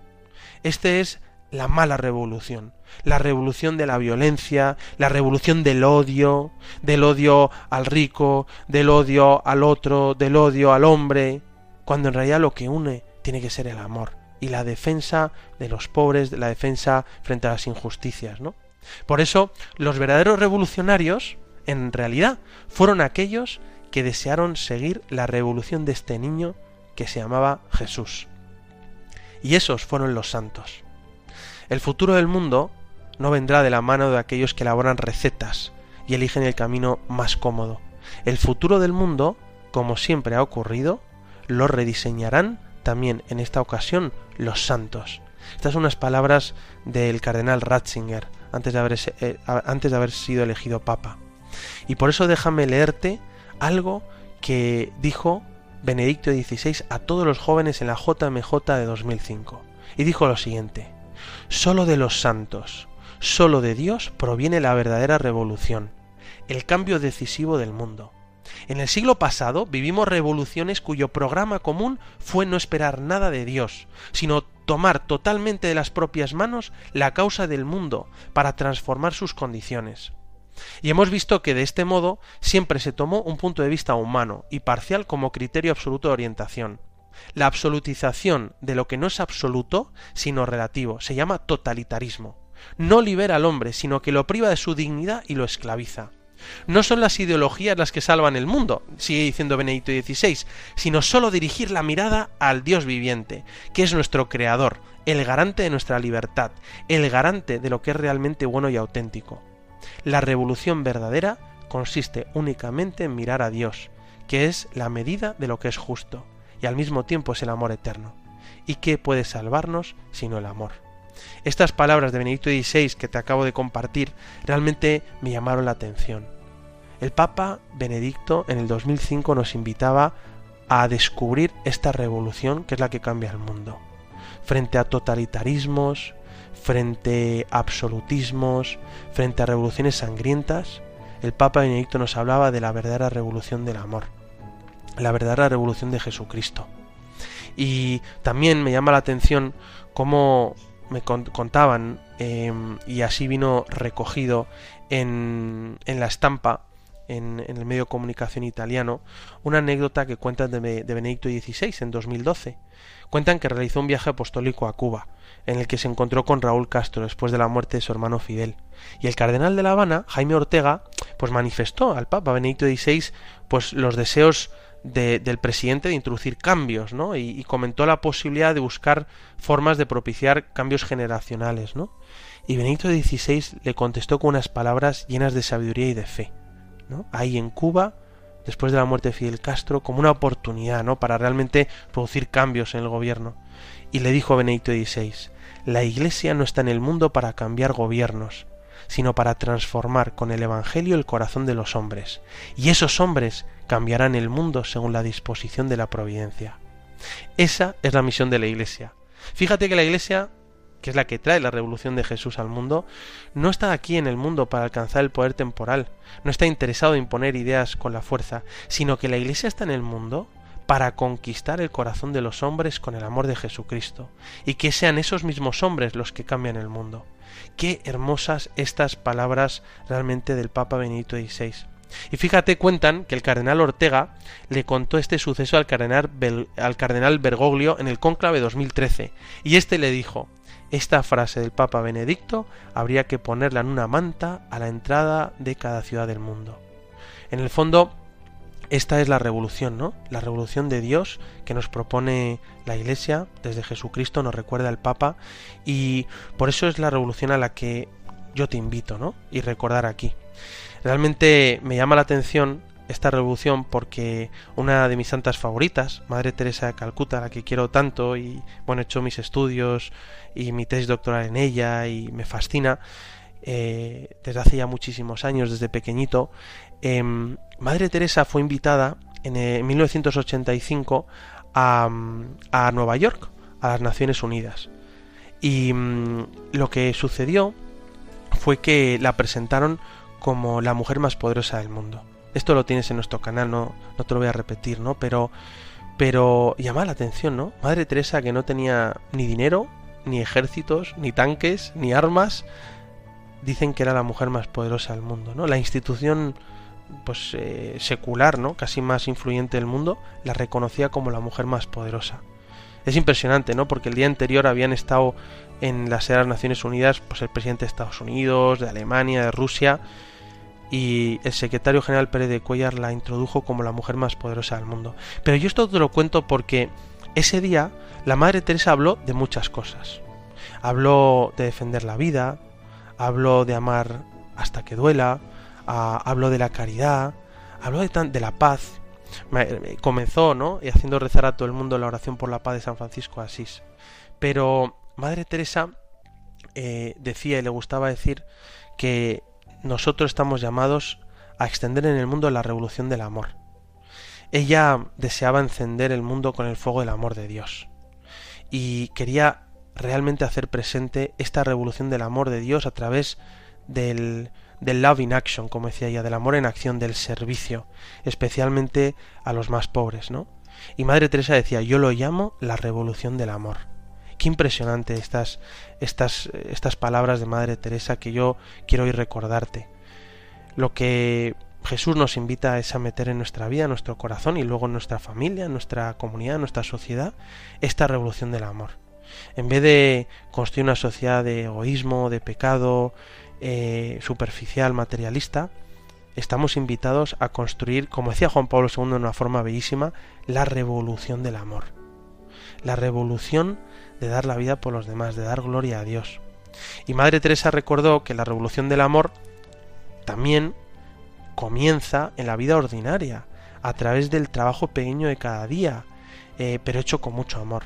Este es la mala revolución, la revolución de la violencia, la revolución del odio al rico, del odio al otro, del odio al hombre, cuando en realidad lo que une tiene que ser el amor y la defensa de los pobres, la defensa frente a las injusticias, ¿no? Por eso, los verdaderos revolucionarios, en realidad, fueron aquellos que desearon seguir la revolución de este niño que se llamaba Jesús. Y esos fueron los santos. El futuro del mundo no vendrá de la mano de aquellos que elaboran recetas y eligen el camino más cómodo. El futuro del mundo, como siempre ha ocurrido, lo rediseñarán también en esta ocasión los santos. Estas son unas palabras del cardenal Ratzinger antes de haber sido elegido papa. Y por eso déjame leerte algo que dijo Benedicto XVI a todos los jóvenes en la JMJ de 2005. Y dijo lo siguiente: solo de los santos, solo de Dios proviene la verdadera revolución, el cambio decisivo del mundo. En el siglo pasado vivimos revoluciones cuyo programa común fue no esperar nada de Dios, sino tomar totalmente de las propias manos la causa del mundo para transformar sus condiciones. Y hemos visto que de este modo siempre se tomó un punto de vista humano y parcial como criterio absoluto de orientación. La absolutización de lo que no es absoluto, sino relativo, se llama totalitarismo. No libera al hombre, sino que lo priva de su dignidad y lo esclaviza. No son las ideologías las que salvan el mundo, sigue diciendo Benedicto XVI, sino solo dirigir la mirada al Dios viviente, que es nuestro creador, el garante de nuestra libertad, el garante de lo que es realmente bueno y auténtico. La revolución verdadera consiste únicamente en mirar a Dios, que es la medida de lo que es justo, y al mismo tiempo es el amor eterno. ¿Y qué puede salvarnos sino el amor? Estas palabras de Benedicto XVI que te acabo de compartir realmente me llamaron la atención. El Papa Benedicto en el 2005 nos invitaba a descubrir esta revolución que es la que cambia el mundo. Frente a totalitarismos, frente a absolutismos, frente a revoluciones sangrientas, el Papa Benedicto nos hablaba de la verdadera revolución del amor, la verdadera revolución de Jesucristo. Y también me llama la atención cómo me contaban, y así vino recogido en la estampa, en el medio de comunicación italiano, una anécdota que cuentan de Benedicto XVI en 2012. Cuentan que realizó un viaje apostólico a Cuba, en el que se encontró con Raúl Castro después de la muerte de su hermano Fidel. Y el cardenal de La Habana, Jaime Ortega, pues manifestó al Papa Benedicto XVI pues los deseos del presidente de introducir cambios, ¿no? Y comentó la posibilidad de buscar formas de propiciar cambios generacionales, ¿no? Y Benedicto XVI le contestó con unas palabras llenas de sabiduría y de fe, ¿no? Ahí en Cuba, después de la muerte de Fidel Castro, como una oportunidad, ¿no? Para realmente producir cambios en el gobierno. Y le dijo a Benedicto XVI: la Iglesia no está en el mundo para cambiar gobiernos, sino para transformar con el Evangelio el corazón de los hombres, y esos hombres cambiarán el mundo según la disposición de la providencia. Esa es la misión de la Iglesia. Fíjate que la Iglesia, que es la que trae la revolución de Jesús al mundo, no está aquí en el mundo para alcanzar el poder temporal, no está interesado en imponer ideas con la fuerza, sino que la Iglesia está en el mundo para conquistar el corazón de los hombres con el amor de Jesucristo, y que sean esos mismos hombres los que cambian el mundo. Qué hermosas estas palabras realmente del Papa Benedicto XVI. Y fíjate, cuentan que el cardenal Ortega le contó este suceso al cardenal Bergoglio en el cónclave 2013, y este le dijo: esta frase del Papa Benedicto habría que ponerla en una manta a la entrada de cada ciudad del mundo. En el fondo, esta es la revolución, ¿no? La revolución de Dios que nos propone la Iglesia desde Jesucristo, nos recuerda el Papa, y por eso es la revolución a la que yo te invito, ¿no? Y recordar aquí. Realmente me llama la atención esta revolución porque una de mis santas favoritas, Madre Teresa de Calcuta, a la que quiero tanto, y bueno, he hecho mis estudios y mi tesis doctoral en ella y me fascina desde hace ya muchísimos años, desde pequeñito. Madre Teresa fue invitada en 1985 a Nueva York, a las Naciones Unidas. Y lo que sucedió fue que la presentaron como la mujer más poderosa del mundo. Esto lo tienes en nuestro canal, no te lo voy a repetir, ¿no? Pero llama la atención, ¿no? Madre Teresa, que no tenía ni dinero, ni ejércitos, ni tanques, ni armas, dicen que era la mujer más poderosa del mundo, ¿no? La institución pues secular, ¿no? Casi más influyente del mundo, la reconocía como la mujer más poderosa. Es impresionante, ¿no? Porque el día anterior habían estado en la sede de las Naciones Unidas pues el presidente de Estados Unidos, de Alemania, de Rusia, y el secretario general Pérez de Cuéllar la introdujo como la mujer más poderosa del mundo. Pero yo esto te lo cuento porque ese día la Madre Teresa habló de muchas cosas. Habló de defender la vida, habló de amar hasta que duela, habló de la caridad, habló de la paz. Comenzó, ¿no? Y haciendo rezar a todo el mundo la oración por la paz de San Francisco de Asís. Pero Madre Teresa decía y le gustaba decir que nosotros estamos llamados a extender en el mundo la revolución del amor. Ella deseaba encender el mundo con el fuego del amor de Dios y quería realmente hacer presente esta revolución del amor de Dios a través del love in action, como decía ella, del amor en acción, del servicio, especialmente a los más pobres, ¿no? Y Madre Teresa decía, yo lo llamo la revolución del amor. Qué impresionante estas palabras de Madre Teresa que yo quiero hoy recordarte. Lo que Jesús nos invita es a meter en nuestra vida, en nuestro corazón y luego en nuestra familia, en nuestra comunidad, en nuestra sociedad, esta revolución del amor. En vez de construir una sociedad de egoísmo, de pecado, superficial, materialista, estamos invitados a construir, como decía Juan Pablo II de una forma bellísima, la revolución del amor. La revolución de dar la vida por los demás, de dar gloria a Dios. Y Madre Teresa recordó que la revolución del amor también comienza en la vida ordinaria, a través del trabajo pequeño de cada día, pero hecho con mucho amor.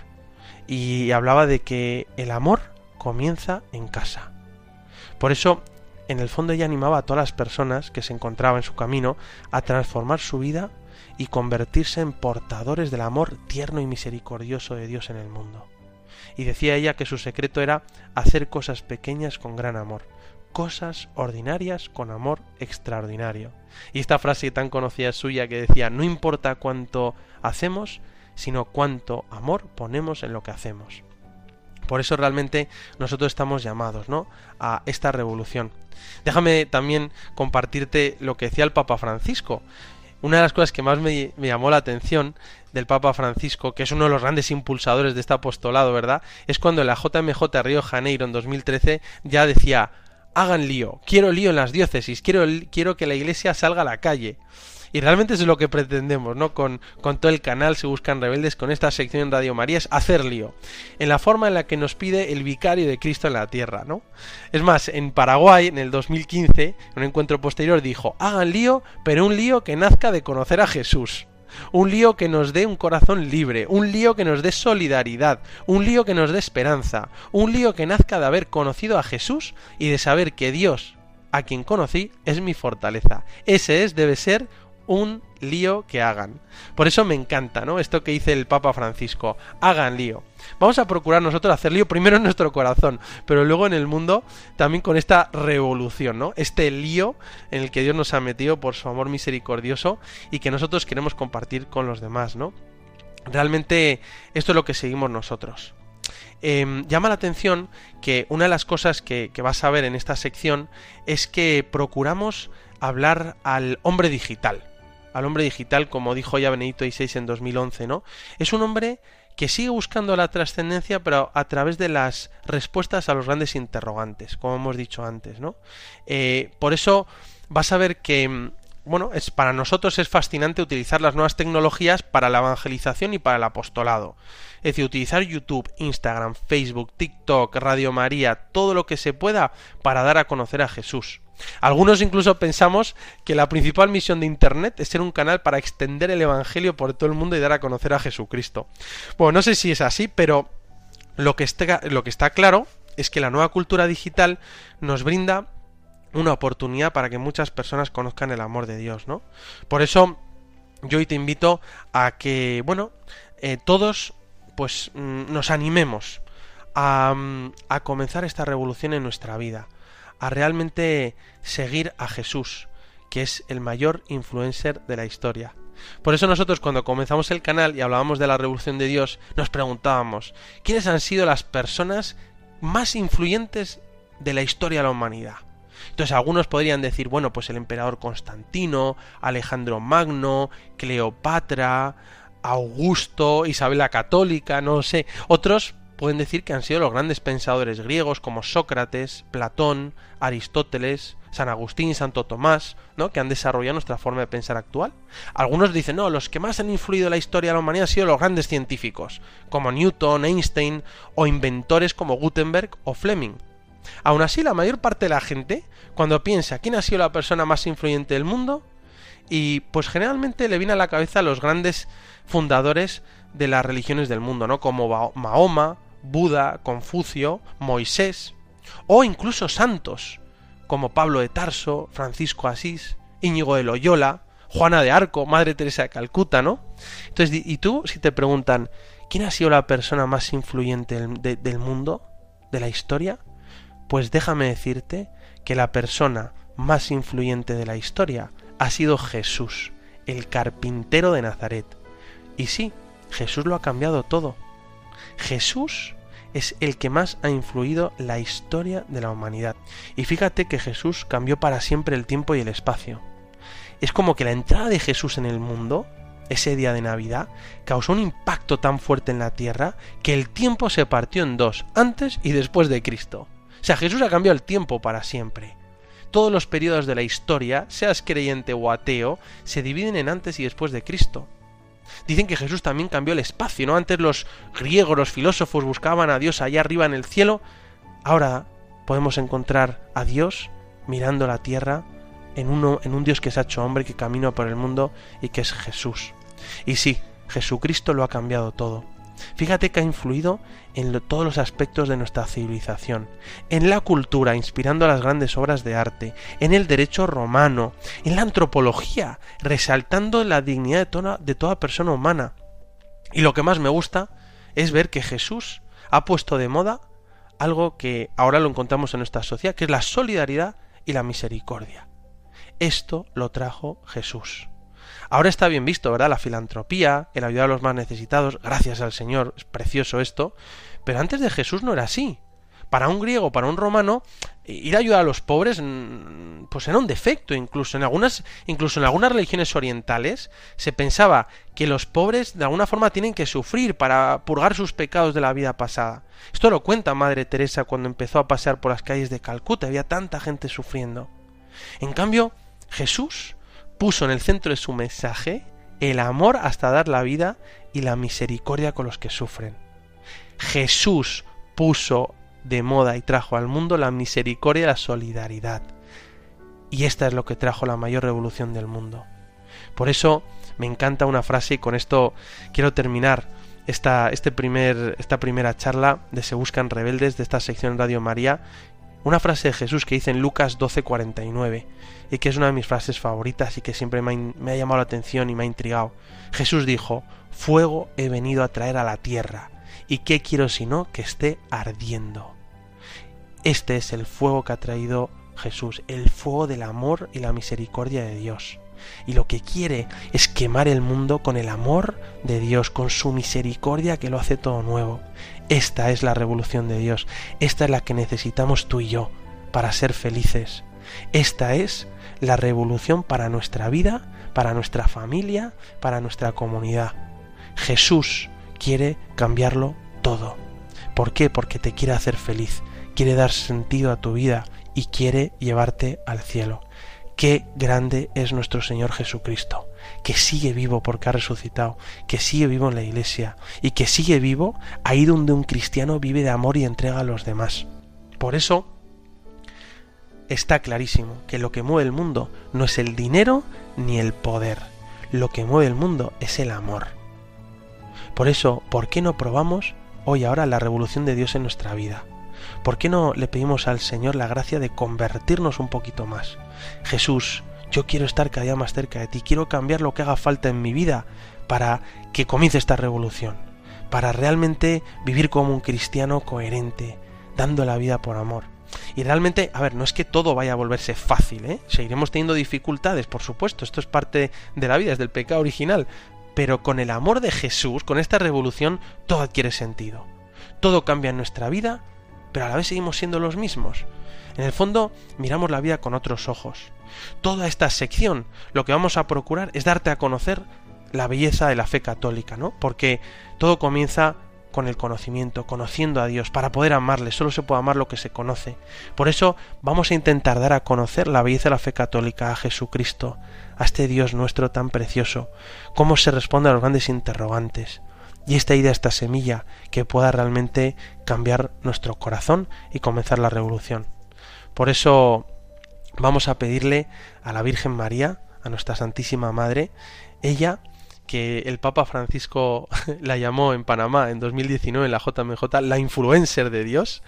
Y hablaba de que el amor comienza en casa. Por eso, en el fondo, ella animaba a todas las personas que se encontraban en su camino a transformar su vida y convertirse en portadores del amor tierno y misericordioso de Dios en el mundo. Y decía ella que su secreto era hacer cosas pequeñas con gran amor, cosas ordinarias con amor extraordinario. Y esta frase tan conocida suya que decía, no importa cuánto hacemos, sino cuánto amor ponemos en lo que hacemos. Por eso realmente nosotros estamos llamados, ¿no?, a esta revolución. Déjame también compartirte lo que decía el Papa Francisco. Una de las cosas que más me llamó la atención del Papa Francisco, que es uno de los grandes impulsadores de este apostolado, ¿verdad?, es cuando en la JMJ Río de Janeiro en 2013 ya decía, hagan lío, quiero lío en las diócesis, quiero que la Iglesia salga a la calle. Y realmente eso es lo que pretendemos, ¿no? Con todo el canal Se Buscan Rebeldes, con esta sección en Radio María, es hacer lío, en la forma en la que nos pide el vicario de Cristo en la tierra, ¿no? Es más, en Paraguay, en el 2015, en un encuentro posterior, dijo, hagan lío, pero un lío que nazca de conocer a Jesús. Un lío que nos dé un corazón libre, un lío que nos dé solidaridad, un lío que nos dé esperanza, un lío que nazca de haber conocido a Jesús y de saber que Dios, a quien conocí, es mi fortaleza. Ese debe ser un lío que hagan. Por eso me encanta, ¿no?, esto que dice el Papa Francisco, hagan lío. Vamos a procurar nosotros hacer lío primero en nuestro corazón, pero luego en el mundo también con esta revolución, ¿no?, este lío en el que Dios nos ha metido por su amor misericordioso y que nosotros queremos compartir con los demás, ¿no? Realmente esto es lo que seguimos nosotros. Llama la atención que una de las cosas que vas a ver en esta sección es que procuramos hablar al hombre digital. Al hombre digital, como dijo ya Benedicto XVI en 2011, ¿no? Es un hombre que sigue buscando la trascendencia, pero a través de las respuestas a los grandes interrogantes, como hemos dicho antes, ¿no? Por eso vas a ver que, bueno, para nosotros es fascinante utilizar las nuevas tecnologías para la evangelización y para el apostolado. Es decir, utilizar YouTube, Instagram, Facebook, TikTok, Radio María, todo lo que se pueda para dar a conocer a Jesús. Algunos incluso pensamos que la principal misión de Internet es ser un canal para extender el Evangelio por todo el mundo y dar a conocer a Jesucristo. Bueno, no sé si es así, pero lo que está claro es que la nueva cultura digital nos brinda una oportunidad para que muchas personas conozcan el amor de Dios, ¿no? Por eso yo hoy te invito a que, bueno, todos pues nos animemos a comenzar esta revolución en nuestra vida, a realmente seguir a Jesús, que es el mayor influencer de la historia. Por eso nosotros, cuando comenzamos el canal y hablábamos de la revolución de Dios, nos preguntábamos, ¿quiénes han sido las personas más influyentes de la historia de la humanidad? Entonces algunos podrían decir, bueno, pues el emperador Constantino, Alejandro Magno, Cleopatra, Augusto, Isabel la Católica, no sé. Otros pueden decir que han sido los grandes pensadores griegos como Sócrates, Platón, Aristóteles, San Agustín y Santo Tomás, ¿no?, que han desarrollado nuestra forma de pensar actual. Algunos dicen, no, los que más han influido en la historia de la humanidad han sido los grandes científicos, como Newton, Einstein, o inventores como Gutenberg o Fleming. Aún así, la mayor parte de la gente, cuando piensa quién ha sido la persona más influyente del mundo, y pues generalmente le viene a la cabeza los grandes fundadores de las religiones del mundo, ¿no?, como Mahoma, Buda, Confucio, Moisés, o incluso santos, como Pablo de Tarso, Francisco Asís, Íñigo de Loyola, Juana de Arco, Madre Teresa de Calcuta, ¿no? Entonces, y tú, si te preguntan, ¿quién ha sido la persona más influyente del mundo, de la historia? Pues déjame decirte que la persona más influyente de la historia ha sido Jesús, el carpintero de Nazaret. Y sí, Jesús lo ha cambiado todo. Jesús es el que más ha influido la historia de la humanidad. Y fíjate que Jesús cambió para siempre el tiempo y el espacio. Es como que la entrada de Jesús en el mundo, ese día de Navidad, causó un impacto tan fuerte en la tierra que el tiempo se partió en dos, antes y después de Cristo. O sea, Jesús ha cambiado el tiempo para siempre. Todos los periodos de la historia, seas creyente o ateo, se dividen en antes y después de Cristo. Dicen que Jesús también cambió el espacio, ¿no? Antes los griegos, los filósofos buscaban a Dios allá arriba en el cielo. Ahora podemos encontrar a Dios mirando la tierra en un Dios que se ha hecho hombre, que camina por el mundo y que es Jesús. Y sí, Jesucristo lo ha cambiado todo. Fíjate que ha influido en todos los aspectos de nuestra civilización, en la cultura, inspirando las grandes obras de arte, en el derecho romano, en la antropología, resaltando la dignidad de toda persona humana. Y lo que más me gusta es ver que Jesús ha puesto de moda algo que ahora lo encontramos en nuestra sociedad, que es la solidaridad y la misericordia. Esto lo trajo Jesús. Ahora está bien visto, ¿verdad?, la filantropía, el ayudar a los más necesitados, gracias al Señor, es precioso esto, pero antes de Jesús no era así. Para un griego, para un romano, ir a ayudar a los pobres pues era un defecto. Incluso en algunas religiones orientales se pensaba que los pobres de alguna forma tienen que sufrir para purgar sus pecados de la vida pasada. Esto lo cuenta Madre Teresa cuando empezó a pasear por las calles de Calcuta, había tanta gente sufriendo. En cambio, Jesús puso en el centro de su mensaje el amor hasta dar la vida y la misericordia con los que sufren. Jesús puso de moda y trajo al mundo la misericordia y la solidaridad. Y esta es lo que trajo la mayor revolución del mundo. Por eso me encanta una frase, y con esto quiero terminar esta primera charla de Se Buscan Rebeldes de esta sección en Radio María. Una frase de Jesús que dice en Lucas 12:49 y que es una de mis frases favoritas y que siempre me ha llamado la atención y me ha intrigado. Jesús dijo: fuego he venido a traer a la tierra, y ¿qué quiero sino que esté ardiendo? Este es el fuego que ha traído Jesús, el fuego del amor y la misericordia de Dios. Y lo que quiere es quemar el mundo con el amor de Dios, con su misericordia que lo hace todo nuevo. Esta es la revolución de Dios, esta es la que necesitamos tú y yo para ser felices. Esta es la revolución para nuestra vida, para nuestra familia, para nuestra comunidad. Jesús quiere cambiarlo todo. ¿Por qué? Porque te quiere hacer feliz, quiere dar sentido a tu vida y quiere llevarte al cielo. Qué grande es nuestro Señor Jesucristo, que sigue vivo porque ha resucitado, que sigue vivo en la iglesia y que sigue vivo ahí donde un cristiano vive de amor y entrega a los demás. Por eso está clarísimo que lo que mueve el mundo no es el dinero ni el poder, lo que mueve el mundo es el amor. Por eso, ¿por qué no probamos hoy ahora la revolución de Dios en nuestra vida? ¿Por qué no le pedimos al Señor la gracia de convertirnos un poquito más? Jesús, yo quiero estar cada día más cerca de ti, quiero cambiar lo que haga falta en mi vida para que comience esta revolución, para realmente vivir como un cristiano coherente, dando la vida por amor. Y realmente, no es que todo vaya a volverse fácil, ¿eh? Seguiremos teniendo dificultades, por supuesto, esto es parte de la vida, es del pecado original, pero con el amor de Jesús, con esta revolución, todo adquiere sentido. Todo cambia en nuestra vida, pero a la vez seguimos siendo los mismos. En el fondo, miramos la vida con otros ojos. Toda esta sección, lo que vamos a procurar es darte a conocer la belleza de la fe católica, ¿no? Porque todo comienza con el conocimiento, conociendo a Dios, para poder amarle. Solo se puede amar lo que se conoce. Por eso vamos a intentar dar a conocer la belleza de la fe católica, a Jesucristo, a este Dios nuestro tan precioso, cómo se responde a los grandes interrogantes, y esta idea, esta semilla, que pueda realmente cambiar nuestro corazón y comenzar la revolución. Por eso vamos a pedirle a la Virgen María, a nuestra Santísima Madre, ella que el Papa Francisco la llamó en Panamá en 2019 en la JMJ la influencer de Dios,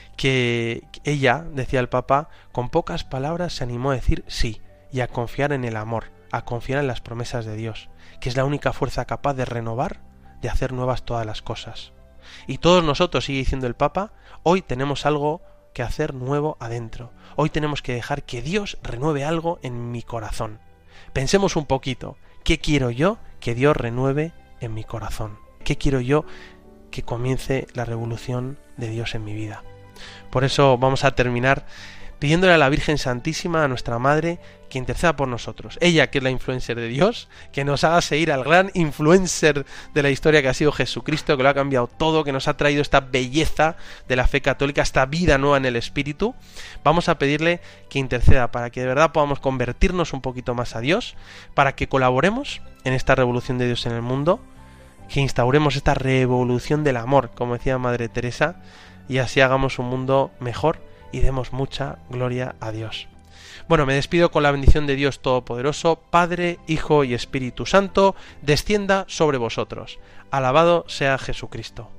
que ella, decía el Papa, con pocas palabras se animó a decir sí y a confiar en el amor, a confiar en las promesas de Dios, que es la única fuerza capaz de renovar, de hacer nuevas todas las cosas. Y todos nosotros, sigue diciendo el Papa, hoy tenemos algo que hacer nuevo adentro. Hoy tenemos que dejar que Dios renueve algo en mi corazón. Pensemos un poquito, ¿qué quiero yo que Dios renueve en mi corazón? ¿Qué quiero yo que comience la revolución de Dios en mi vida? Por eso vamos a terminar pidiéndole a la Virgen Santísima, a nuestra Madre, que interceda por nosotros. Ella, que es la influencer de Dios, que nos haga seguir al gran influencer de la historia que ha sido Jesucristo, que lo ha cambiado todo, que nos ha traído esta belleza de la fe católica, esta vida nueva en el Espíritu. Vamos a pedirle que interceda para que de verdad podamos convertirnos un poquito más a Dios, para que colaboremos en esta revolución de Dios en el mundo, que instauremos esta revolución del amor, como decía Madre Teresa, y así hagamos un mundo mejor y demos mucha gloria a Dios. Bueno, me despido con la bendición de Dios Todopoderoso, Padre, Hijo y Espíritu Santo, descienda sobre vosotros. Alabado sea Jesucristo.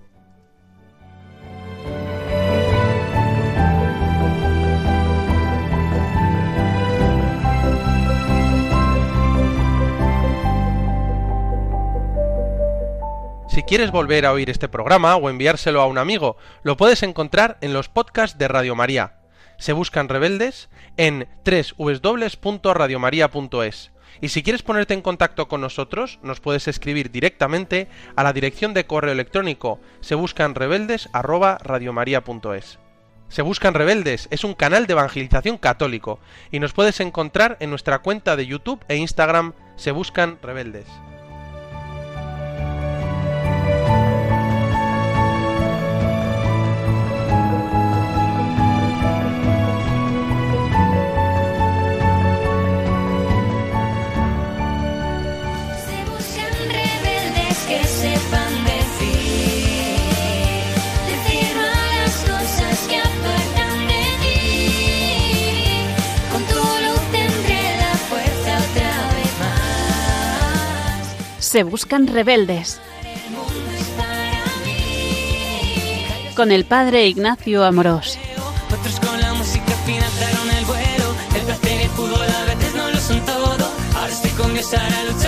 Si quieres volver a oír este programa o enviárselo a un amigo, lo puedes encontrar en los podcasts de Radio María. Se buscan Rebeldes en www.radiomaria.es. Y si quieres ponerte en contacto con nosotros, nos puedes escribir directamente a la dirección de correo electrónico sebuscanrebeldes@radiomaria.es. Se Buscan Rebeldes es un canal de evangelización católico y nos puedes encontrar en nuestra cuenta de YouTube e Instagram Se Buscan Rebeldes.
Se Buscan Rebeldes, con el padre Ignacio Amorós.
Otros con la música financiaron el vuelo. El placer y el fútbol a veces no lo son todo. Ahora estoy con Dios, ahora lucho.